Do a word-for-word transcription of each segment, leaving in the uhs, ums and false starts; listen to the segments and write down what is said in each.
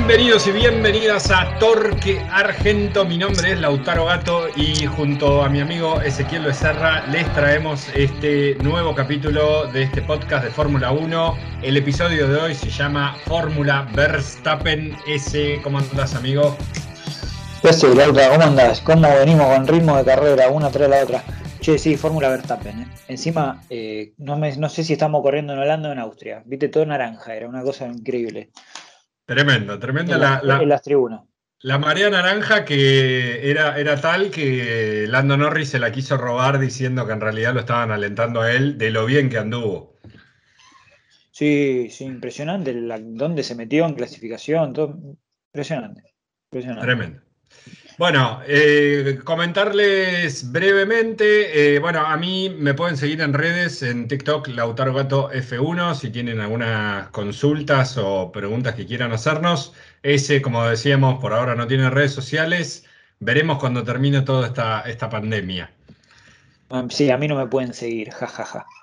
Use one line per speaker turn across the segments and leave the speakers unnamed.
Bienvenidos y bienvenidas a Torque Argento. Mi nombre es Lautaro Gato y junto a mi amigo Ezequiel Becerra les traemos este nuevo capítulo de este podcast de Fórmula uno. El episodio de hoy se llama Fórmula Verstappen S. ¿Cómo andás, amigo?
Pues sí, Lautaro, ¿cómo andás? ¿Cómo venimos con ritmo de carrera, una tras la otra? Che, sí, Fórmula Verstappen, ¿eh? Encima, eh, no, me, no sé si estamos corriendo en Holanda o en Austria. Viste, todo naranja, era una cosa increíble.
Tremendo, tremenda
En,
la,
la,
la,
en las tribunas.
la marea naranja que era, era tal que Lando Norris se la quiso robar diciendo que en realidad lo estaban alentando a él de lo bien que anduvo.
Sí, sí, impresionante la, dónde se metió en clasificación, todo. Impresionante, impresionante.
Tremendo. Bueno, eh, comentarles brevemente, eh, bueno, a mí me pueden seguir en redes, en TikTok, Lautaro Gato F uno, si tienen algunas consultas o preguntas que quieran hacernos. Ese, como decíamos, por ahora no tiene redes sociales. Veremos cuando termine toda esta, esta pandemia.
Ah, sí, a mí no me pueden seguir, jajaja. Ja, ja.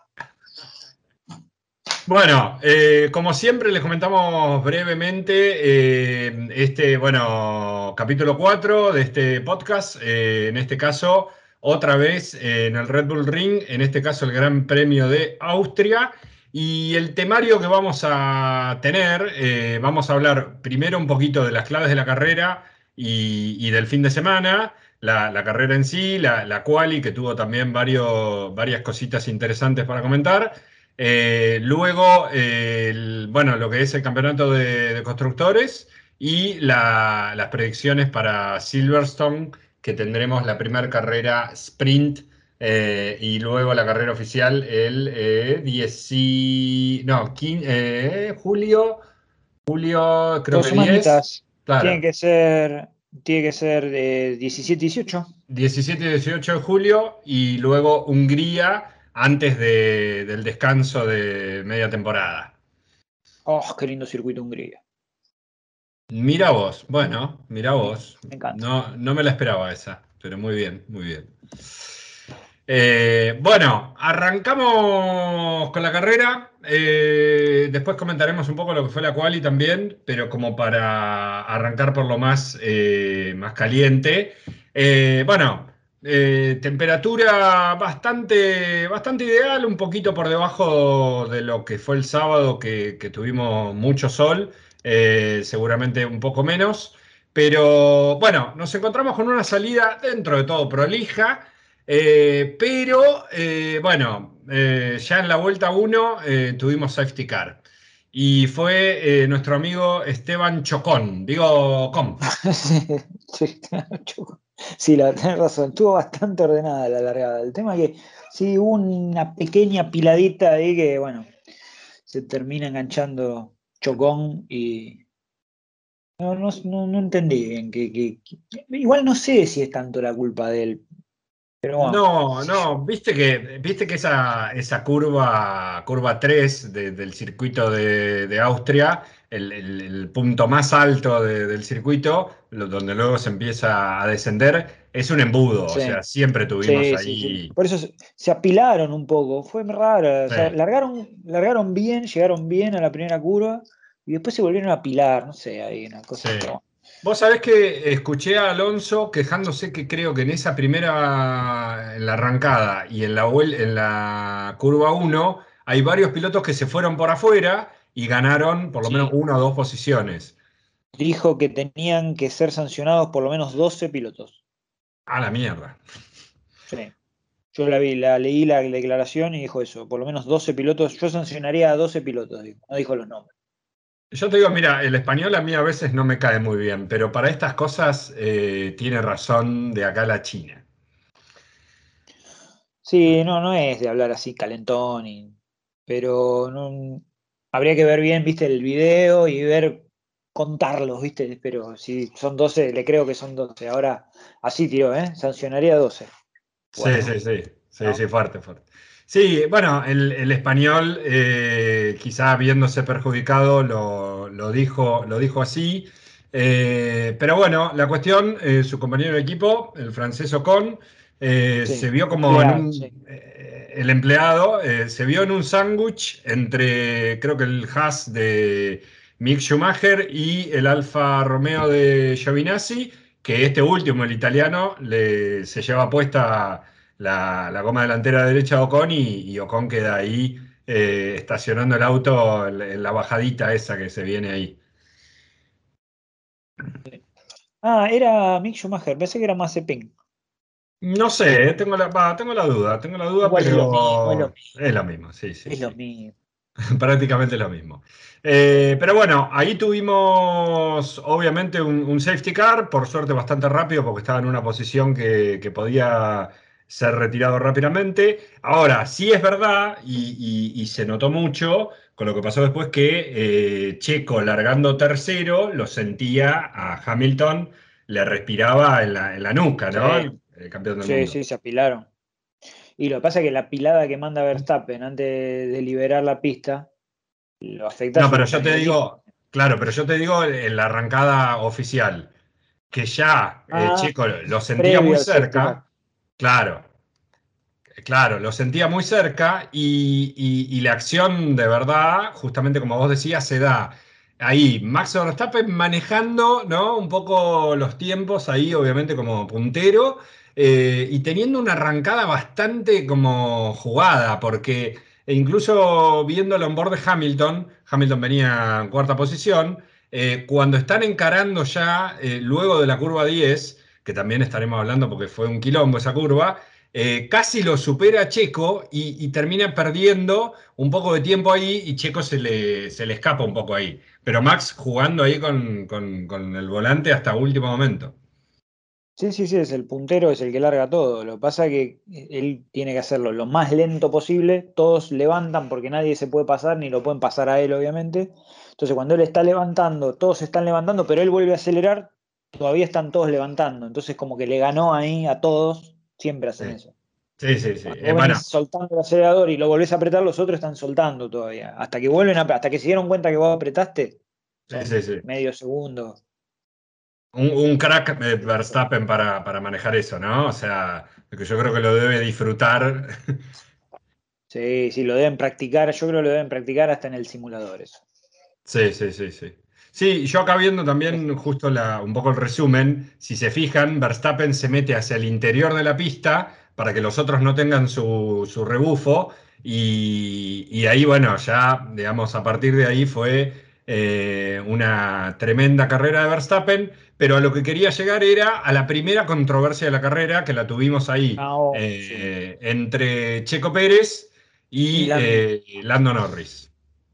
Bueno, eh, como siempre les comentamos brevemente eh, este, bueno, capítulo cuatro de este podcast, eh, en este caso, otra vez eh, en el Red Bull Ring, en este caso el Gran Premio de Austria, y el temario que vamos a tener, eh, vamos a hablar primero un poquito de las claves de la carrera y, y del fin de semana, la, la carrera en sí, la, la quali, que tuvo también varios, varias cositas interesantes para comentar. Eh, luego, eh, el- bueno, lo que es el campeonato de, de constructores y la- las predicciones para Silverstone, que tendremos la primera carrera sprint eh, y luego la carrera oficial el eh, diez, no, quince, eh, julio, julio creo
Dos
que diez,
semanitas. Tiene
claro,
que ser, tiene que ser de diecisiete dieciocho.
diecisiete y dieciocho de julio y luego Hungría antes de- del descanso de media temporada.
Oh, qué lindo circuito Hungría.
Mira vos, bueno, mira
Me,
vos.
me encanta.
No, no me la esperaba esa, pero muy bien, muy bien. Eh, bueno, arrancamos con la carrera. Eh, después comentaremos un poco lo que fue la quali también, pero como para arrancar por lo más, eh, más caliente. Eh, bueno, eh, temperatura bastante, bastante ideal, un poquito por debajo de lo que fue el sábado, que, que tuvimos mucho sol, eh, seguramente un poco menos. Pero bueno, nos encontramos con una salida dentro de todo prolija. Eh, pero eh, bueno, eh, ya en la vuelta uno eh, tuvimos safety car. Y fue eh, nuestro amigo Esteban Chocón, digo, Com.
Sí, sí, sí, la, tenés razón, estuvo bastante ordenada la largada. El tema es que sí hubo una pequeña piladita ahí que, bueno, se termina enganchando Chocón y no, no, no, no entendí bien. Que, que- que- igual no sé si es tanto la culpa de él, pero bueno, qué
No,
sé yo.
no, viste que, viste que esa, esa curva, curva tres de- del circuito de, de Austria, el, el- el punto más alto de- del circuito, lo- donde luego se empieza a descender, es un embudo, o
Sí,
sea, siempre tuvimos
sí, sí, sí.
ahí.
Por eso se, se apilaron un poco, fue raro. O
Sí.
sea, largaron, largaron bien, llegaron bien a la primera curva y después se volvieron a apilar, no sé, hay una
Sí.
cosa. Pero
Vos sabés que escuché a Alonso quejándose que creo que en esa primera, en la arrancada y en la, vuel- en la curva uno hay varios pilotos que se fueron por afuera y ganaron por lo menos
sí,
una o dos posiciones.
dijo que tenían que ser sancionados por lo menos doce pilotos.
A la mierda.
Sí. Yo la vi, la leí la declaración y dijo eso, por lo menos doce pilotos, yo sancionaría a doce pilotos, dijo, no dijo los nombres.
Yo te digo, mira, el español a mí a veces no me cae muy bien, pero para estas cosas eh, tiene razón de acá la China.
Sí, no, no es de hablar así calentón, y- pero no, habría que ver bien, viste, el video y ver, contarlos, viste, pero si son doce le creo que son doce. Ahora, así tiró, ¿eh? Sancionaría doce.
Sí,
Bueno,
sí, sí, sí,
¿no?
sí, fuerte, fuerte. Sí, bueno, el, el español, eh, quizá viéndose perjudicado, lo, lo dijo, lo dijo así. Eh, pero bueno, la cuestión, eh, su compañero de equipo, el francés Ocon, eh, se
Sí,
vio como en
empleado, sí.
un, eh, el empleado, eh, se vio en un sándwich entre, creo que el Haas de, Mick Schumacher y el Alfa Romeo de Giovinazzi, que este último, el italiano, le, se lleva puesta la, la goma delantera derecha de Ocon y, y Ocon queda ahí eh, estacionando el auto en, en la bajadita esa que se viene ahí.
Ah, era Mick Schumacher, pensé que era Mazepin.
No sé, eh, tengo la, va, tengo la duda, tengo la duda,
Igual es lo mismo, es lo
pero
mismo,
es lo mismo, sí, sí,
es lo
sí.
mismo.
Prácticamente lo mismo. Eh, pero bueno, ahí tuvimos obviamente un, un safety car, por suerte bastante rápido porque estaba en una posición que, que podía ser retirado rápidamente. Ahora, sí es verdad y, y- y se notó mucho con lo que pasó después que eh, Checo largando tercero lo sentía a Hamilton, le respiraba en la, en la nuca, ¿no?
Sí,
El campeón del
sí,
mundo.
sí, se apilaron. Y lo que pasa es que la pilada que manda Verstappen antes de liberar la pista lo afecta a
No,
su
pero yo te
compañero de equipo.
digo, claro, pero yo te digo en la arrancada oficial, que ya eh,
Ah,
Checo lo sentía muy
previo al safety car.
cerca, claro, claro, lo sentía muy cerca y, y- y la acción de verdad, justamente como vos decías, se da ahí. Max Verstappen manejando, ¿no? Un poco los tiempos ahí, obviamente como puntero, eh, y teniendo una arrancada bastante como jugada, porque e incluso viendo el onboard de Hamilton, Hamilton venía en cuarta posición, eh, cuando están encarando ya, eh, luego de la curva diez, que también estaremos hablando porque fue un quilombo esa curva, eh, casi lo supera Checo y, y termina perdiendo un poco de tiempo ahí y Checo se le, se le escapa un poco ahí. Pero Max jugando ahí con, con- con el volante hasta último momento.
Sí, sí, sí, es el puntero, es el que larga todo. Lo que pasa es que él tiene que hacerlo lo más lento posible. Todos levantan porque nadie se puede pasar, ni lo pueden pasar a él, obviamente. Entonces, cuando él está levantando, todos están levantando, pero él vuelve a acelerar, todavía están todos levantando. Entonces, como que le ganó ahí a todos. Siempre hacen
Sí,
eso.
sí, sí, sí.
Cuando
Eh,
vos
bueno,
venís soltando el acelerador y lo volvés a apretar, los otros están soltando todavía. Hasta que vuelven a, hasta que se dieron cuenta que vos apretaste,
sí, sí,
son
sí.
medio segundo.
Un, un crack eh, Verstappen para, para manejar eso, ¿no? O sea, que yo creo que lo debe disfrutar.
Sí, sí, lo deben practicar, yo creo que lo deben practicar hasta en el simulador eso.
Sí, sí, sí, sí. Sí, yo acá viendo
Es-
también justo la, un poco el resumen, si se fijan, Verstappen se mete hacia el interior de la pista para que los otros no tengan su, su rebufo y, y ahí, bueno, ya, digamos, a partir de ahí fue eh, una tremenda carrera de Verstappen, pero a lo que quería llegar era a la primera controversia de la carrera, que la tuvimos ahí,
Ah, oh, sí.
eh, entre Checo Pérez
Y
y
Lando.
eh, Lando Norris.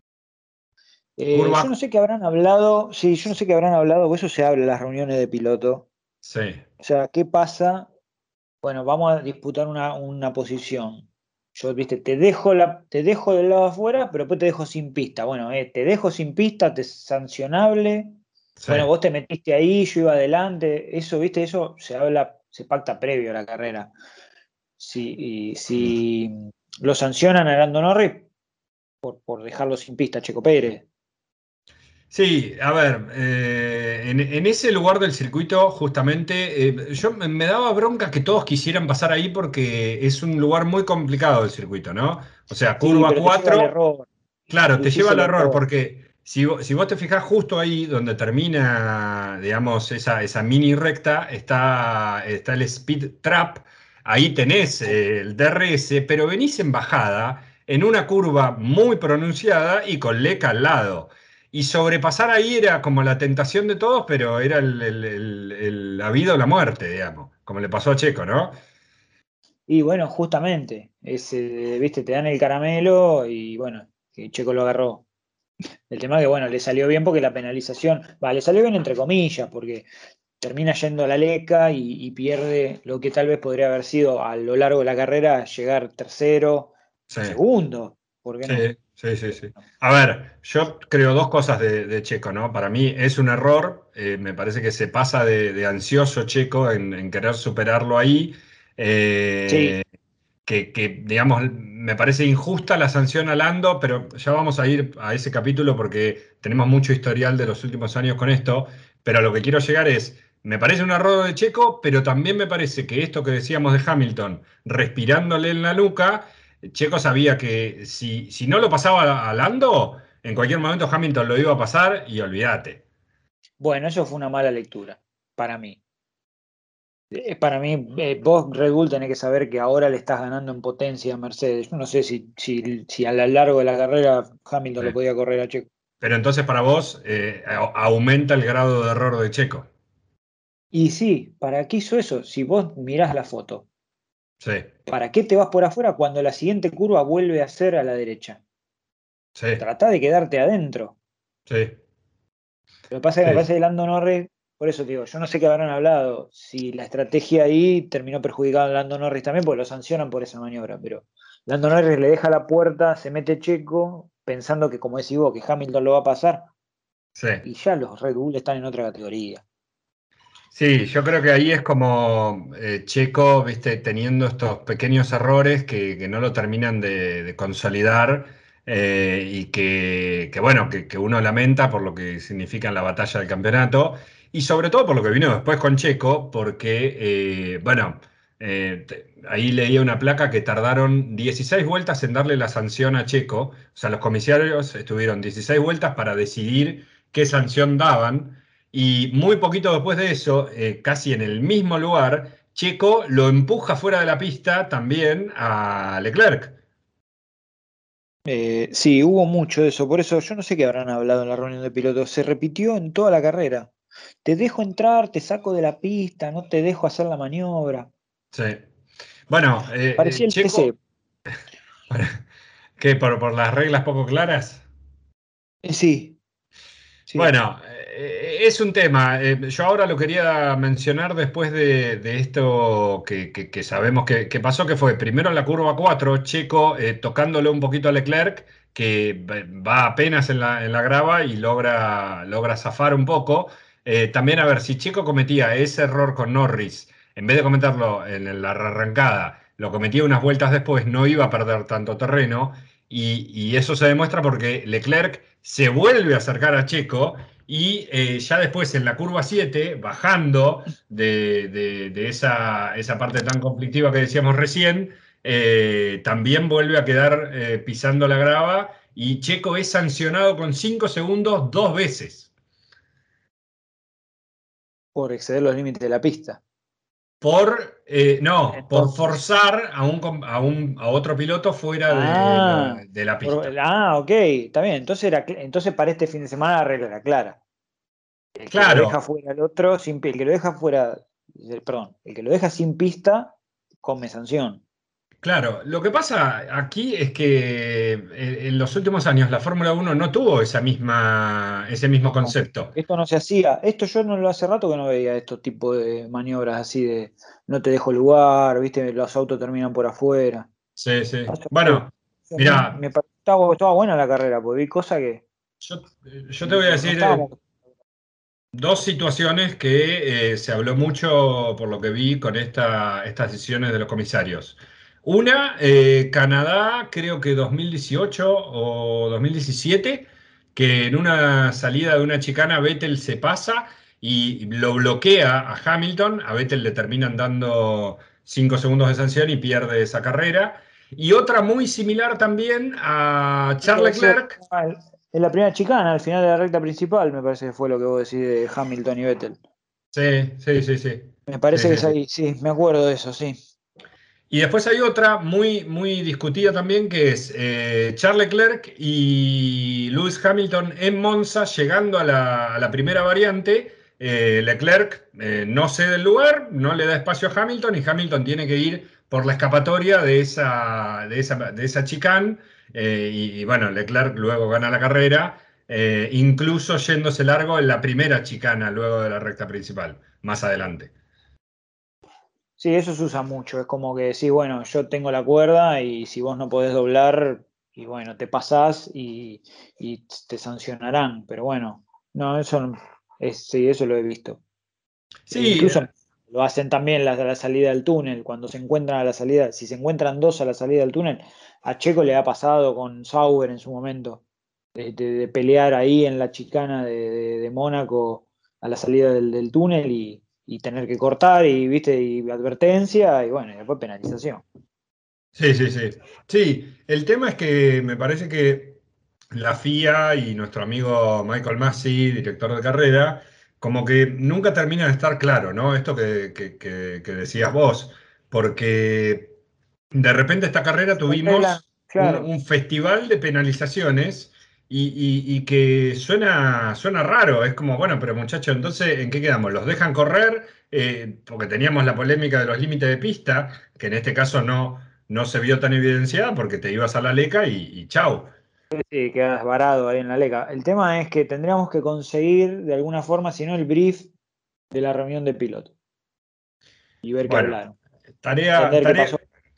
Eh,
Curva,
yo no sé qué habrán hablado, sí, yo no sé qué habrán hablado, porque eso se habla en las reuniones de piloto.
sí.
O sea, ¿qué pasa? Bueno, vamos a disputar una, una posición. Yo, viste, te dejo la, te dejo del lado afuera, pero después te dejo sin pista. Bueno, eh, te dejo sin pista, te es sancionable.
Sí,
Bueno, vos te metiste ahí, yo iba adelante. Eso, viste, eso se habla, se pacta previo a la carrera. Si, y si lo sancionan a Lando Norris por, por dejarlo sin pista, a Checo Pérez.
sí, a ver, eh, en, en ese lugar del circuito, justamente, eh, yo me, me daba bronca que todos quisieran pasar ahí porque es un lugar muy complicado el circuito, ¿no? O sea,
Sí,
curva
pero te lleva al
cuatro,
error.
claro, te lleva al
Decíselo a
error
todos.
porque si, vo- si vos te fijás justo ahí donde termina, digamos, esa, esa mini recta, está, está el speed trap, ahí tenés
Sí.
eh, el D R S, pero venís en bajada, en una curva muy pronunciada y con Leca al lado. Y sobrepasar ahí era como la tentación de todos, pero era el, el, el- el- la vida o la muerte, digamos, como le pasó a Checo, ¿no?
Y bueno, justamente, ese, viste, te dan el caramelo y bueno, que Checo lo agarró. El tema que bueno, le salió bien porque la penalización, va, le salió bien entre comillas, porque termina yendo a la Leca y, y pierde lo que tal vez podría haber sido a lo largo de la carrera llegar tercero
Sí.
o segundo, ¿por qué no?
Sí, sí, sí,
Pero
sí.
bueno,
A ver, yo creo dos cosas de, de Checo, ¿no? Para mí es un error, eh, me parece que se pasa de, de ansioso Checo en, en querer superarlo ahí,
sí,
eh, que, que, digamos, me parece injusta la sanción a Lando, pero ya vamos a ir a ese capítulo porque tenemos mucho historial de los últimos años con esto, pero a lo que quiero llegar es, me parece un error de Checo, pero también me parece que esto que decíamos de Hamilton, respirándole en la nuca, Checo sabía que si, si no lo pasaba a Lando, en cualquier momento Hamilton lo iba a pasar y olvídate.
Bueno, eso fue una mala lectura para mí. Eh, Para mí, eh, vos Red Bull tenés que saber que ahora le estás ganando en potencia a Mercedes. Yo no sé si, si, si a lo largo de la carrera Hamilton lo
Sí.
podía correr a Checo.
Pero entonces para vos eh, a- aumenta el grado de error de Checo.
Y sí, ¿para qué hizo eso? Si vos mirás la foto,
Sí,
¿para qué te vas por afuera cuando la siguiente curva vuelve a ser a la derecha?
sí,
Tratá de quedarte adentro.
sí,
Lo que pasa es que me
sí.
parece que Lando Norris, por eso te digo, yo no sé qué habrán hablado, si la estrategia ahí terminó perjudicando a Lando Norris también, porque lo sancionan por esa maniobra, pero Lando Norris le deja la puerta, se mete Checo, pensando que, como decís vos, que Hamilton lo va a pasar,
Sí.
y ya los Red Bull están en otra categoría.
Sí, yo creo que ahí es como eh, Checo, viste, teniendo estos pequeños errores que, que no lo terminan de, de consolidar eh, y que, que, bueno, que, que uno lamenta por lo que significa en la batalla del campeonato y sobre todo por lo que vino después con Checo, porque, eh, bueno, eh, te- ahí leía una placa que tardaron dieciséis vueltas en darle la sanción a Checo, o sea, los comisarios estuvieron dieciséis vueltas para decidir qué sanción daban. Y muy poquito después de eso, eh, casi en el mismo lugar, Checo lo empuja fuera de la pista también a Leclerc.
Eh, sí, hubo mucho de eso, por eso yo no sé qué habrán hablado en la reunión de pilotos, se repitió en toda la carrera. Te dejo entrar, te saco de la pista, no te dejo hacer la maniobra.
Sí. Bueno, eh,
Parecía
eh,
el T C.
Checo, ¿qué? ¿Por, por las reglas poco claras?
Eh, sí, sí.
Bueno, eh, es un tema. Eh, yo ahora lo quería mencionar después de, de esto que, que- que sabemos que, que pasó, que fue primero en la curva cuatro, Checo eh, tocándole un poquito a Leclerc, que va apenas en la, en la grava y logra, logra zafar un poco. Eh, también, a ver, si Checo cometía ese error con Norris, en vez de cometerlo en la arrancada, lo cometía unas vueltas después, no iba a perder tanto terreno. Y, y eso se demuestra porque Leclerc se vuelve a acercar a Checo y eh, ya después en la curva siete, bajando de, de- de esa, esa parte tan conflictiva que decíamos recién, eh, también vuelve a quedar eh, pisando la grava y Checo es sancionado con cinco segundos dos veces
Por exceder los límites de la pista.
por, eh, no, por
Entonces,
forzar a, un, com- a, un- a otro piloto fuera de,
ah,
la de la
por-
pista.
ah, ok, está bien. Entonces, era, cl- entonces para este fin de semana la regla era clara. El que lo deja
Claro.
fuera al otro, sin, pi- el que lo deja fuera, eh, perdón, el que lo deja sin pista, come sanción.
Claro, lo que pasa aquí es que en, en los últimos años la Fórmula Uno no tuvo esa misma, ese mismo
No,
concepto.
esto no se hacía. Esto yo no lo hace rato que no veía estos tipos de maniobras así de no te dejo lugar, viste, los autos terminan por afuera.
Sí, sí.
Hace rato-
Bueno,
a mí
mira,
me pareció estaba, estaba buena la carrera, porque vi cosas que
yo, yo te voy a
no, no
decir
estábamos.
eh, dos situaciones que eh, se habló mucho por lo que vi con esta- estas decisiones de los comisarios. Una, eh, Canadá, creo que dos mil dieciocho o dos mil diecisiete, que en una salida de una chicana Vettel se pasa y lo bloquea a Hamilton. A Vettel le terminan dando cinco segundos de sanción y pierde esa carrera. Y otra muy similar también a
Tiene que
Charles
haber sido
Leclerc.
en la primera chicana, al final de la recta principal, me parece que fue lo que vos decís de Hamilton y Vettel.
Sí, sí, sí, sí.
Me
Sí,
parece que
sí,
es
sí.
ahí, sí, me acuerdo de eso, sí.
Y después hay otra muy, muy discutida también, que es eh, Charles Leclerc y Lewis Hamilton en Monza, llegando a la, a la primera variante. Eh, Leclerc eh, no cede el lugar, no le da espacio a Hamilton y Hamilton tiene que ir por la escapatoria de esa, de esa, de esa chicane. Eh, y, y bueno, Leclerc luego gana la carrera, eh, incluso yéndose largo en la primera chicana luego de la recta principal, más adelante.
Sí, eso se usa mucho. Es como que sí, bueno, yo tengo la cuerda y si vos no podés doblar, y bueno, te pasás y, y te sancionarán. Pero bueno, no, eso no- es, sí, eso lo he visto. E
Sí,
incluso lo hacen también la- a la salida del túnel, cuando se encuentran a la salida, si se encuentran dos a la salida del túnel, a Checo le ha pasado con Sauber en su momento, de, de- de pelear ahí en la chicana de, de- de Mónaco a la salida del, del túnel y, y tener que cortar y viste y advertencia y bueno, y después penalización.
sí, sí, sí. Sí, el tema es que me parece que la F I A y nuestro amigo Michael Masi, director de carrera, como que nunca termina de estar claro, ¿no? Esto que, que- que- que decías vos, porque de repente esta carrera
Se arreglan,
tuvimos un,
claro.
un festival de penalizaciones y, y- y que suena, suena raro, es como, bueno, pero muchachos, entonces, ¿en qué quedamos? ¿Los dejan correr? Eh, porque teníamos la polémica de los límites de pista, que en este caso no, no se vio tan evidenciada porque te ibas a la leca y, y chau.
Sí, quedas varado ahí en la leca. El tema es que tendríamos que conseguir de alguna forma, si no, el brief de la reunión de piloto y ver qué
Bueno,
hablaron.
tarea,
Entender qué
tarea,
pasó.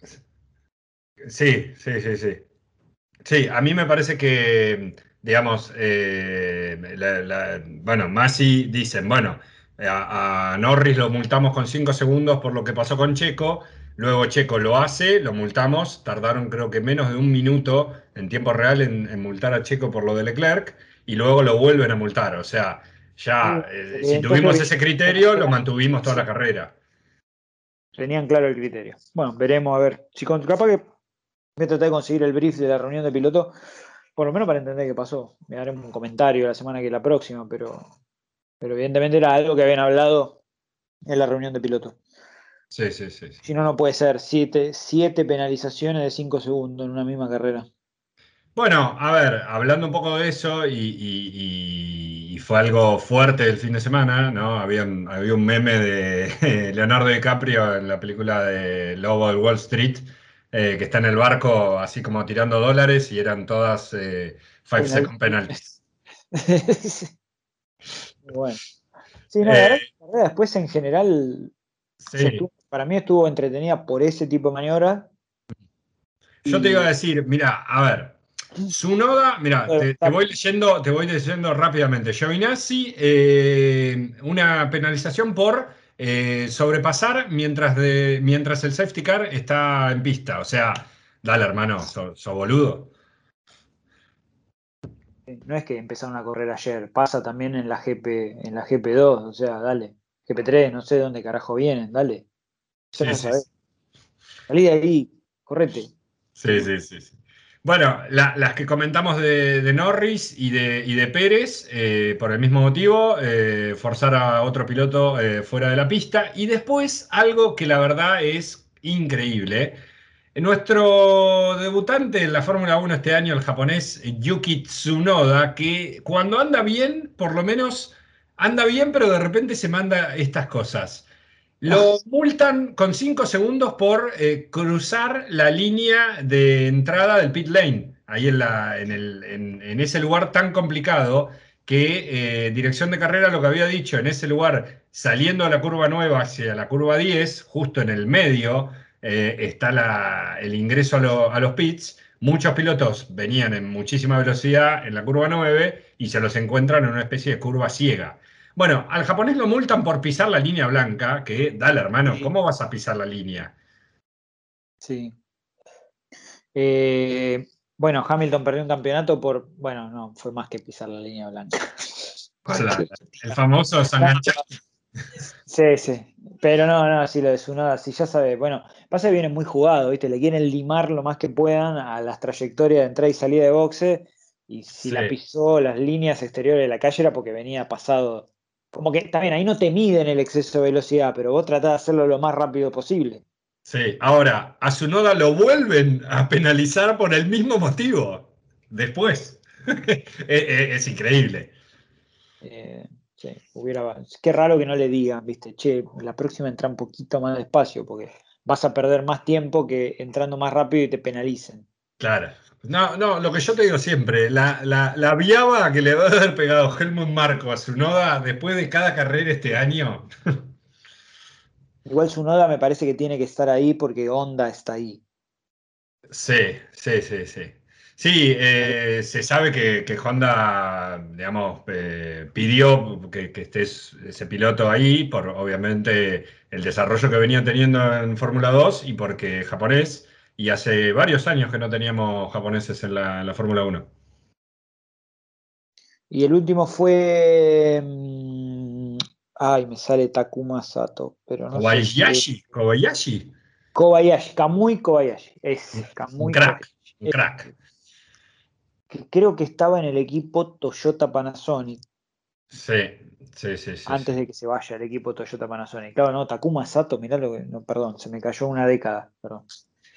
sí, sí, sí, sí. Sí, a mí me parece que, digamos, eh, la- la- bueno, Masi dicen, bueno, a, a Norris lo multamos con cinco segundos por lo que pasó con Checo, luego Checo lo hace, lo multamos, tardaron creo que menos de un minuto en tiempo real en, en multar a Checo por lo de Leclerc, y luego lo vuelven a multar, o sea,
Y,
ya, eh,
eh,
si
entonces
tuvimos
viste,
ese
tenían
criterio, lo
claro,
mantuvimos toda la
sí,
carrera.
tenían claro el criterio. Bueno, veremos a ver. Si con, capaz que voy a tratar de conseguir el brief de la reunión de piloto, por lo menos para entender qué pasó. Me daré un comentario la semana que la próxima, pero, pero evidentemente era algo que habían hablado en la reunión de piloto.
Sí, sí, sí, sí.
Si no, no puede ser siete, siete penalizaciones de cinco segundos en una misma carrera.
Bueno, a ver, hablando un poco de eso, y, y- y- y fue algo fuerte el fin de semana, ¿no? Había, un- había un meme de Leonardo DiCaprio en la película de Lobo de Wall Street, eh, que está en el barco así como tirando dólares y eran todas eh, five
Penal.
second penalties.
Bueno. Sí, no, la verdad que
Eh,
la carrera después en general se
sí,
estuvo- para mí estuvo entretenida por ese tipo de maniobras
yo te iba a
y
decir, mira, a ver, Tsunoda, mira, te, te voy leyendo, te voy leyendo rápidamente. Giovinazzi, eh, una penalización por eh, sobrepasar mientras, de, mientras el safety car está en pista. O sea, dale, hermano, sos so boludo.
no es que empezaron a correr ayer, pasa también en la G P, en la G P dos, o sea, dale, G P tres, no sé de dónde carajo vienen, dale, ya
Sí,
no
sí,
sabés, salí de ahí, correte.
sí, sí, sí, sí. Bueno, la- las que comentamos de, de Norris y de, y de Pérez, eh, por el mismo motivo, eh, forzar a otro piloto eh, fuera de la pista. Y después algo que la verdad es increíble. Nuestro debutante en la Fórmula Uno este año, el japonés Yuki Tsunoda, que cuando anda bien, por lo menos anda bien, pero de repente se manda estas cosas. Lo multan con cinco segundos por eh, cruzar la línea de entrada del pit lane, ahí en, la, en, el- en- en ese lugar tan complicado que eh, dirección de carrera lo que había dicho, en ese lugar, saliendo a la curva nueva hacia la curva diez, justo en el medio, eh, está la- el ingreso a, lo- a los pits. Muchos pilotos venían en muchísima velocidad en la curva nueve y se los encuentran en una especie de curva ciega. Bueno, al japonés lo multan por pisar la línea blanca, que dale, hermano,
Sí,
¿cómo vas a pisar la línea?
sí. Eh, bueno, Hamilton perdió un campeonato por, bueno, no, fue más que pisar la línea blanca.
Con la- el famoso Sangancha.
Sí, sí. Pero no, no, si lo de Tsunoda, si ya sabe, bueno, pasa que viene muy jugado, ¿viste? Le quieren limar lo más que puedan a las trayectorias de entrada y salida de boxe, y si
Sí,
la pisó las líneas exteriores de la calle era porque venía pasado. Como que también ahí no te miden el exceso de velocidad, pero vos tratás de hacerlo lo más rápido posible.
sí. Ahora, a Tsunoda lo vuelven a penalizar por el mismo motivo. Después. Es, es- es increíble.
Eh, sí, hubiera, qué raro que no le digan, ¿viste? Che, la próxima entra un poquito más despacio, porque vas a perder más tiempo que entrando más rápido y te penalicen.
Claro. No, no, lo que yo te digo siempre, la, la, la viaba que le va a haber pegado Helmut Marko a Tsunoda después de cada carrera este año.
Igual su noda me parece que tiene que estar ahí porque Honda está ahí.
Sí, sí, sí, sí. Sí, eh, se sabe que, que Honda, digamos, eh, pidió que, que estés ese piloto ahí por, obviamente, el desarrollo que venía teniendo en Fórmula dos y porque es japonés, y hace varios años que no teníamos japoneses en la, en la Fórmula uno.
Y el último fue. mm, ay, me sale Takuma Sato, pero no sé si es.
Kobayashi, Kobayashi,
Kobayashi, Kamui Kobayashi.
un,
Es
un
Kamui
crack,
Kobayashi.
un
Es,
crack.
que creo que estaba en el equipo Toyota Panasonic.
Sí, sí, sí, sí,
Antes
sí.
de que se vaya el equipo Toyota Panasonic. Claro, no, Takuma Sato, mirá lo que. No, perdón, se me cayó una década, perdón.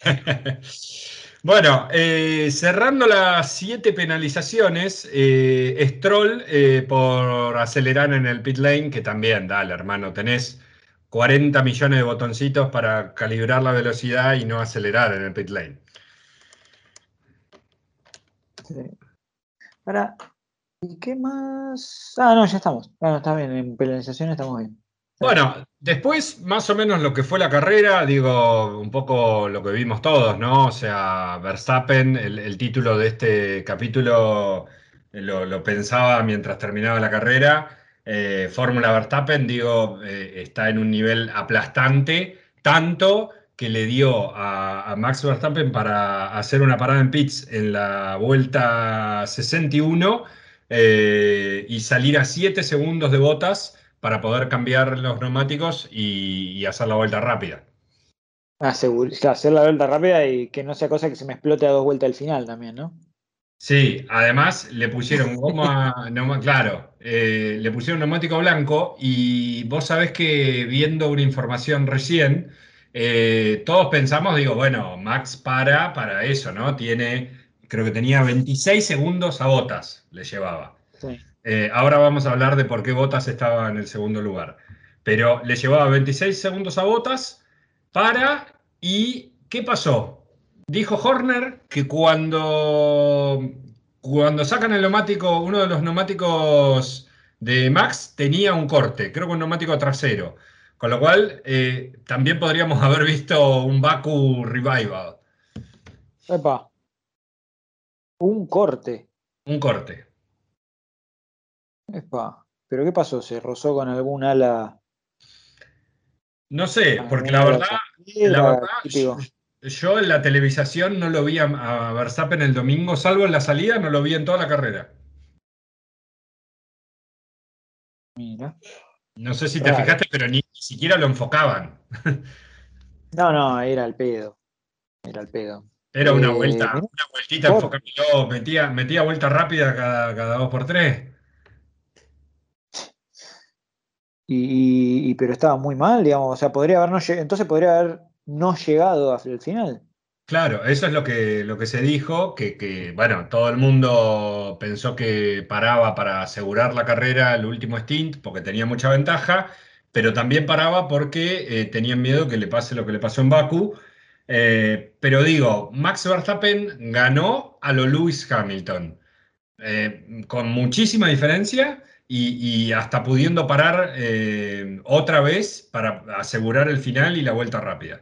Bueno, eh, cerrando las siete penalizaciones, eh, Stroll eh, por acelerar en el pit lane, que también, dale, hermano, tenés cuarenta millones de botoncitos para calibrar la velocidad y no acelerar en el pit lane.
Sí. Ahora, ¿y qué más? Ah, no, ya estamos. Bueno, está bien, en penalización estamos bien. Está bien.
Bueno, después más o menos lo que fue la carrera, digo, un poco lo que vimos todos, ¿no? O sea, Verstappen, el, el título de este capítulo eh, lo, lo pensaba mientras terminaba la carrera. Eh, Fórmula Verstappen, digo, eh, está en un nivel aplastante, tanto que le dio a, a Max Verstappen para hacer una parada en pits en la vuelta sesenta y uno eh, y salir a siete segundos de botas para poder cambiar los neumáticos y, y hacer la vuelta rápida.
Ah, seguro, claro, hacer la vuelta rápida y que no sea cosa que se me explote a dos vueltas al final también, ¿no?
Sí, además le pusieron goma, neuma- claro, eh, le pusieron neumático blanco y vos sabés que viendo una información recién, eh, todos pensamos, digo, bueno, Max para para eso, ¿no? Tiene, creo que tenía veintiséis segundos a Bottas, le llevaba.
Sí.
Eh, ahora vamos a hablar de por qué Bottas estaba en el segundo lugar. Pero le llevaba veintiséis segundos a Bottas para... ¿Y qué pasó? Dijo Horner que cuando, cuando sacan el neumático, uno de los neumáticos de Max tenía un corte, creo que un neumático trasero. Con lo cual, eh, también podríamos haber visto un Baku Revival,
Epa, un corte.
un corte.
Epa. ¿Pero qué pasó? ¿Se rozó con algún ala,
No sé, porque
algún
la
ala
verdad, la
trasera?
verdad,
Típico.
yo en la televisación no lo vi a, a Verstappen el domingo, salvo en la salida, no lo vi en toda la carrera.
Mira,
No sé si te
raro.
fijaste, pero ni, ni siquiera lo enfocaban.
No, no, era el pedo. Era el pedo.
Era una
Eh,
vuelta,
mirá,
una vueltita
corte.
enfocándolo, metía, metía vuelta rápida cada, cada dos por tres.
Y, y- y- pero estaba muy mal, digamos. O sea, podría haber no lleg- entonces podría haber no llegado hasta el final.
Claro, eso es lo que, lo que se dijo, que, que, bueno, todo el mundo pensó que paraba para asegurar la carrera el último stint, porque tenía mucha ventaja, pero también paraba porque eh, tenían miedo que le pase lo que le pasó en Bakú. Eh, pero digo, Max Verstappen ganó a lo Lewis Hamilton, eh, con muchísima diferencia y, y hasta pudiendo parar eh, otra vez para asegurar el final y la vuelta rápida.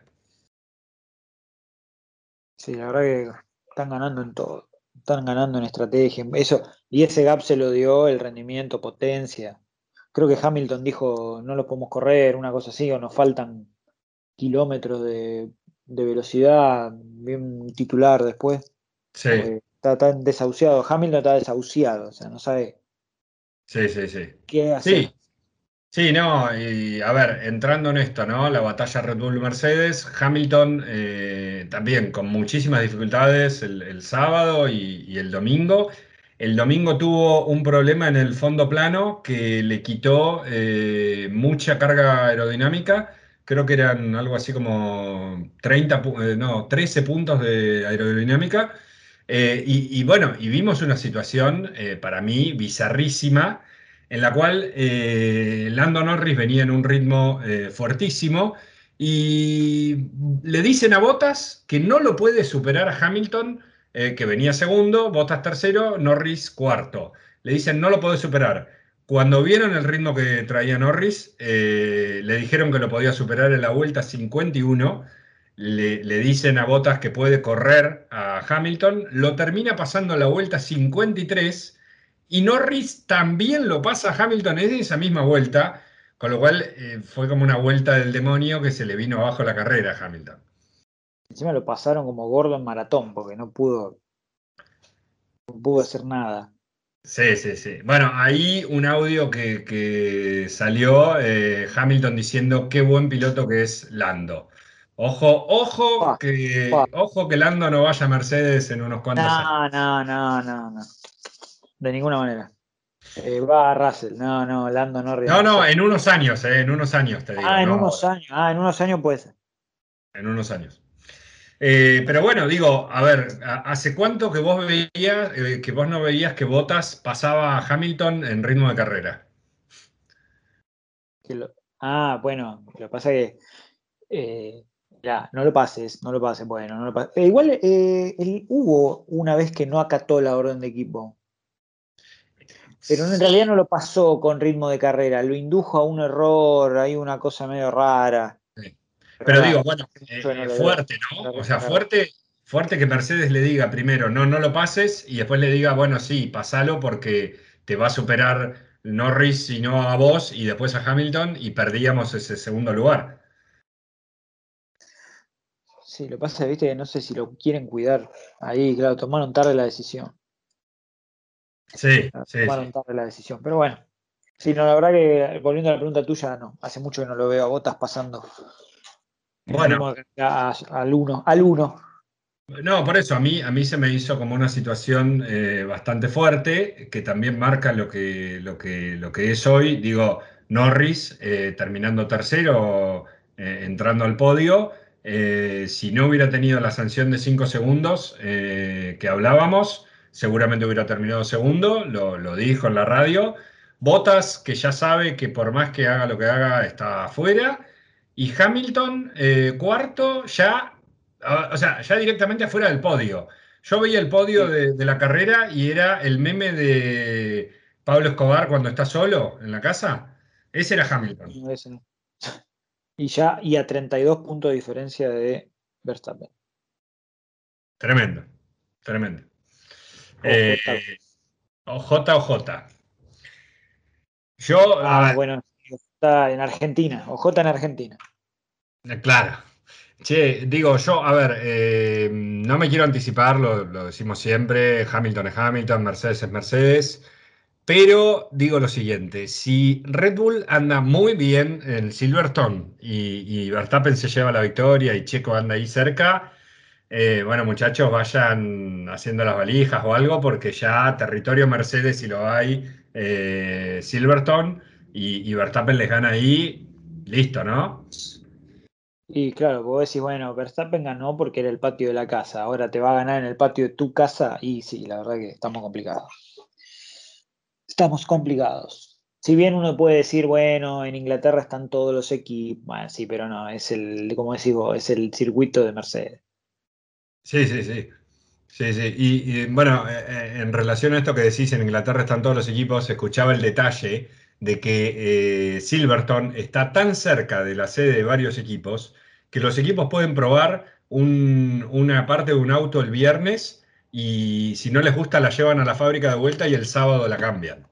Sí, la verdad que están ganando en todo. Están ganando en estrategia. Eso, y ese gap se lo dio el rendimiento, potencia. Creo que Hamilton dijo, no lo podemos correr, una cosa así, o nos faltan kilómetros de, de velocidad. Vi un titular después, como
Sí,
que está tan desahuciado. Hamilton está desahuciado, o sea, no sabe
sí, sí, sí.
qué hacer.
Sí, sí, no, y a ver, entrando en esto, ¿no? La batalla Red Bull-Mercedes, Hamilton eh, también con muchísimas dificultades el, el sábado y, y el domingo. El domingo tuvo un problema en el fondo plano que le quitó eh, mucha carga aerodinámica. Creo que eran algo así como treinta, pu- eh, no, trece puntos de aerodinámica. Eh, y, y bueno, y vimos una situación eh, para mí bizarrísima en la cual eh, Lando Norris venía en un ritmo eh, fuertísimo y le dicen a Bottas que no lo puede superar a Hamilton, eh, que venía segundo, Bottas tercero, Norris cuarto. Le dicen no lo puede superar. Cuando vieron el ritmo que traía Norris, eh, le dijeron que lo podía superar en la vuelta cincuenta y uno. Le, le dicen a Bottas que puede correr a Hamilton, lo termina pasando en la vuelta cincuenta y tres y Norris también lo pasa a Hamilton en esa misma vuelta, con lo cual eh, fue como una vuelta del demonio que se le vino abajo la carrera a Hamilton.
Encima lo pasaron como gordo en maratón, porque no pudo, no pudo hacer nada.
Sí, sí, sí. Bueno, ahí un audio que, que salió, eh, Hamilton diciendo qué buen piloto que es Lando. Ojo, ojo
Pa, pa.
que, ojo que Lando no vaya a Mercedes en unos cuantos años.
No, no, no, no, no. De ninguna manera. Eh, va a Russell. No, no, Lando Norris en
No, no,
Mercedes.
en unos años, eh, en unos años te digo,
Ah, en
no
unos
ahora,
años. Ah, en unos años puede ser.
en unos años. Eh, pero bueno, digo, a ver, ¿a- ¿hace cuánto que vos veías, eh, que vos no veías que Bottas pasaba a Hamilton en ritmo de carrera?
Que lo- Ah, bueno, lo que pasa es que eh, ya, no lo pases, no lo pases, bueno, no lo pases. Eh, igual eh, el- hubo una vez que no acató la orden de equipo, pero en realidad no lo pasó con ritmo de carrera, lo indujo a un error, hay una cosa medio rara,
Sí.
pero
Pero digo,
rara.
bueno,
Hace mucho que
eh,
no
eh,
lo veo.
fuerte, ¿no?
Para
O
ritmo
sea,
de carrera.
fuerte, fuerte que Mercedes le diga primero, no, no lo pases, y después le diga, bueno, sí, pasalo porque te va a superar Norris y no a vos, y después a Hamilton, y perdíamos ese segundo lugar.
Sí, lo que pasa es, viste, que no sé si lo quieren cuidar. Ahí, claro, tomaron tarde la decisión.
Sí,
Ah,
sí,
tomaron
sí.
tarde la decisión. Pero bueno, sí, no, la verdad que volviendo a la pregunta tuya, no. Hace mucho que no lo veo a Botas pasando en
Bueno,
ritmo de carrera a- al uno, al uno.
no, por eso a mí, a mí se me hizo como una situación eh, bastante fuerte, que también marca lo que, lo que, lo que es hoy. Digo, Norris eh, terminando tercero, eh, entrando al podio. Eh, si no hubiera tenido la sanción de cinco segundos eh, que hablábamos, seguramente hubiera terminado segundo, lo, lo dijo en la radio. Bottas, que ya sabe que por más que haga lo que haga, está afuera. Y Hamilton, eh, cuarto, ya. Ah, o sea, ya directamente afuera del podio. Yo veía el podio
Sí,
de, de la carrera y era el meme de Pablo Escobar cuando está solo en la casa. Ese era Hamilton.
no, ese no. Y ya, y a treinta y dos puntos de diferencia de Verstappen.
Tremendo, tremendo.
Ojo,
Eh, O J o J. Yo, a
ah,
ver,
bueno, está en Argentina. O J en Argentina.
eh, claro. Che, digo yo, a ver, eh, no me quiero anticipar, lo, lo decimos siempre, Hamilton es Hamilton, Mercedes es Mercedes. Pero digo lo siguiente, si Red Bull anda muy bien en Silverstone y, y Verstappen se lleva la victoria y Checo anda ahí cerca, eh, bueno muchachos, vayan haciendo las valijas o algo porque ya territorio Mercedes si lo hay, eh, Silverstone y, y Verstappen les gana ahí, listo, ¿no?
Y claro, vos decís, bueno, Verstappen ganó porque era el patio de la casa. Ahora te va a ganar en el patio de tu casa. Y sí, la verdad que estamos complicados. Estamos complicados. Si bien uno puede decir, bueno, en Inglaterra están todos los equipos, bueno, sí, pero no, es el, como decís vos, es el circuito de Mercedes.
Sí, sí, sí. Sí, sí. Y, y, bueno, eh, eh, en relación a esto que decís, en Inglaterra están todos los equipos, escuchaba el detalle de que eh, Silverstone está tan cerca de la sede de varios equipos que los equipos pueden probar un- una parte de un auto el viernes y si no les gusta la llevan a la fábrica de vuelta y el sábado la cambian.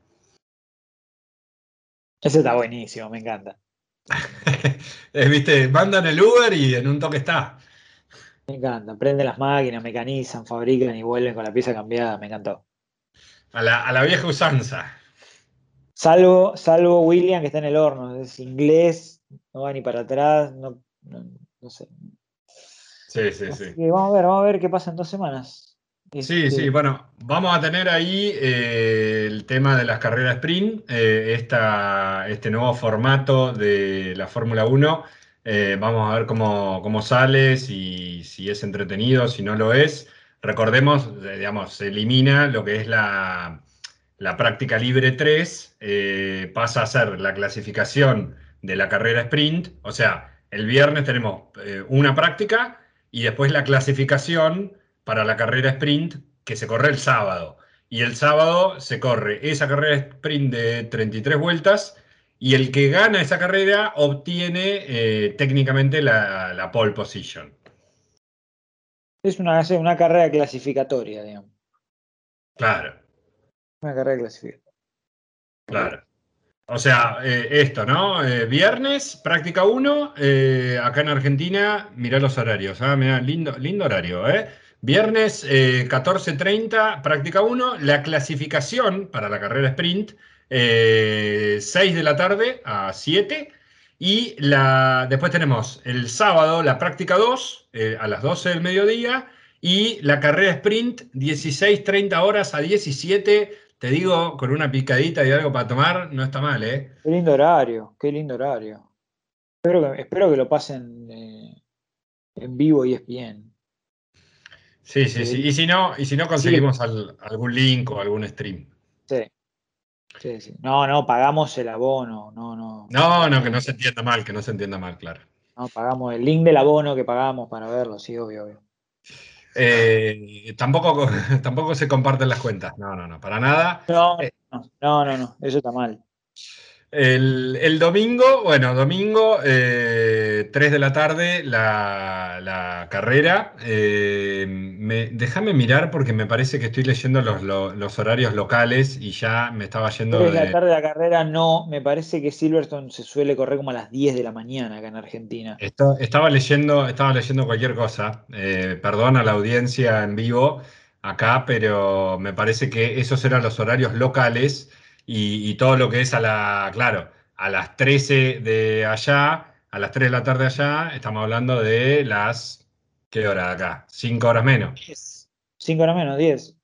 Ese está buenísimo, me encanta.
Eh, ¿Viste? Mandan el Uber y en un toque está.
Me encanta. Prenden las máquinas, mecanizan, fabrican y vuelven con la pieza cambiada, me encantó.
A la, a la vieja usanza.
Salvo, salvo William que está en el horno, es inglés, no va ni para atrás, no, no, no sé.
Sí, sí,
Así
sí.
que vamos a ver, vamos a ver qué pasa en dos semanas.
Sí, sí,
Este,
bueno, vamos a tener ahí eh, el tema de las carreras sprint, eh, esta- este nuevo formato de la Fórmula Uno. Eh, vamos a ver cómo, cómo sale, si, si es entretenido, si no lo es. Recordemos, eh, digamos, se elimina lo que es la, la práctica libre tres, eh, pasa a ser la clasificación de la carrera sprint, o sea, el viernes tenemos eh, una práctica y después la clasificación para la carrera sprint que se corre el sábado. Y el sábado se corre esa carrera sprint de treinta y tres vueltas y el que gana esa carrera obtiene eh, técnicamente la, la pole position.
es una, es una carrera clasificatoria, digamos.
Claro,
Una carrera clasificatoria.
claro. O sea, eh, esto, ¿no? Eh, viernes, práctica uno, eh, acá en Argentina, mirá los horarios, ¿ah? Mirá, lindo, lindo horario, ¿eh? Viernes, eh, catorce treinta, práctica uno, la clasificación para la carrera sprint, eh, seis de la tarde a siete, Y la, después tenemos el sábado la práctica dos eh, a las doce del mediodía y la carrera sprint dieciséis treinta horas a diecisiete. Te digo, con una picadita y algo para tomar, no está mal, ¿eh?
Qué lindo horario, qué lindo horario. Espero que, espero que lo pasen eh, en vivo y es bien.
Sí, sí, sí. Y si no, y si no
Sí,
conseguimos al- algún link o algún stream.
sí, sí, sí. No, no, pagamos el abono, no, no,
No, no, que no se
obviamente.
entienda mal, que no se entienda mal, claro.
No, pagamos el link del abono que pagamos para verlo, sí, obvio, obvio.
Eh, tampoco, tampoco se comparten las cuentas. No, no, no, para nada.
No,
Eh,
no, no, no, no, eso está mal.
El, el domingo, bueno, domingo, eh, tres de la tarde, la, la carrera. Eh, me- déjame mirar porque me parece que estoy leyendo los, los- los horarios locales y ya me estaba yendo
tres de la
de...
tarde la carrera, no, me parece que Silverstone se suele correr como a las diez de la mañana acá en Argentina.
Esto- estaba leyendo, estaba leyendo cualquier cosa. Eh, perdón a la audiencia en vivo acá, pero me parece que esos eran los horarios locales y, y todo lo que es a la, claro, a las trece de allá, a las tres de la tarde allá, estamos hablando de las, ¿qué hora de acá? Cinco horas menos.
diez. cinco horas menos, diez.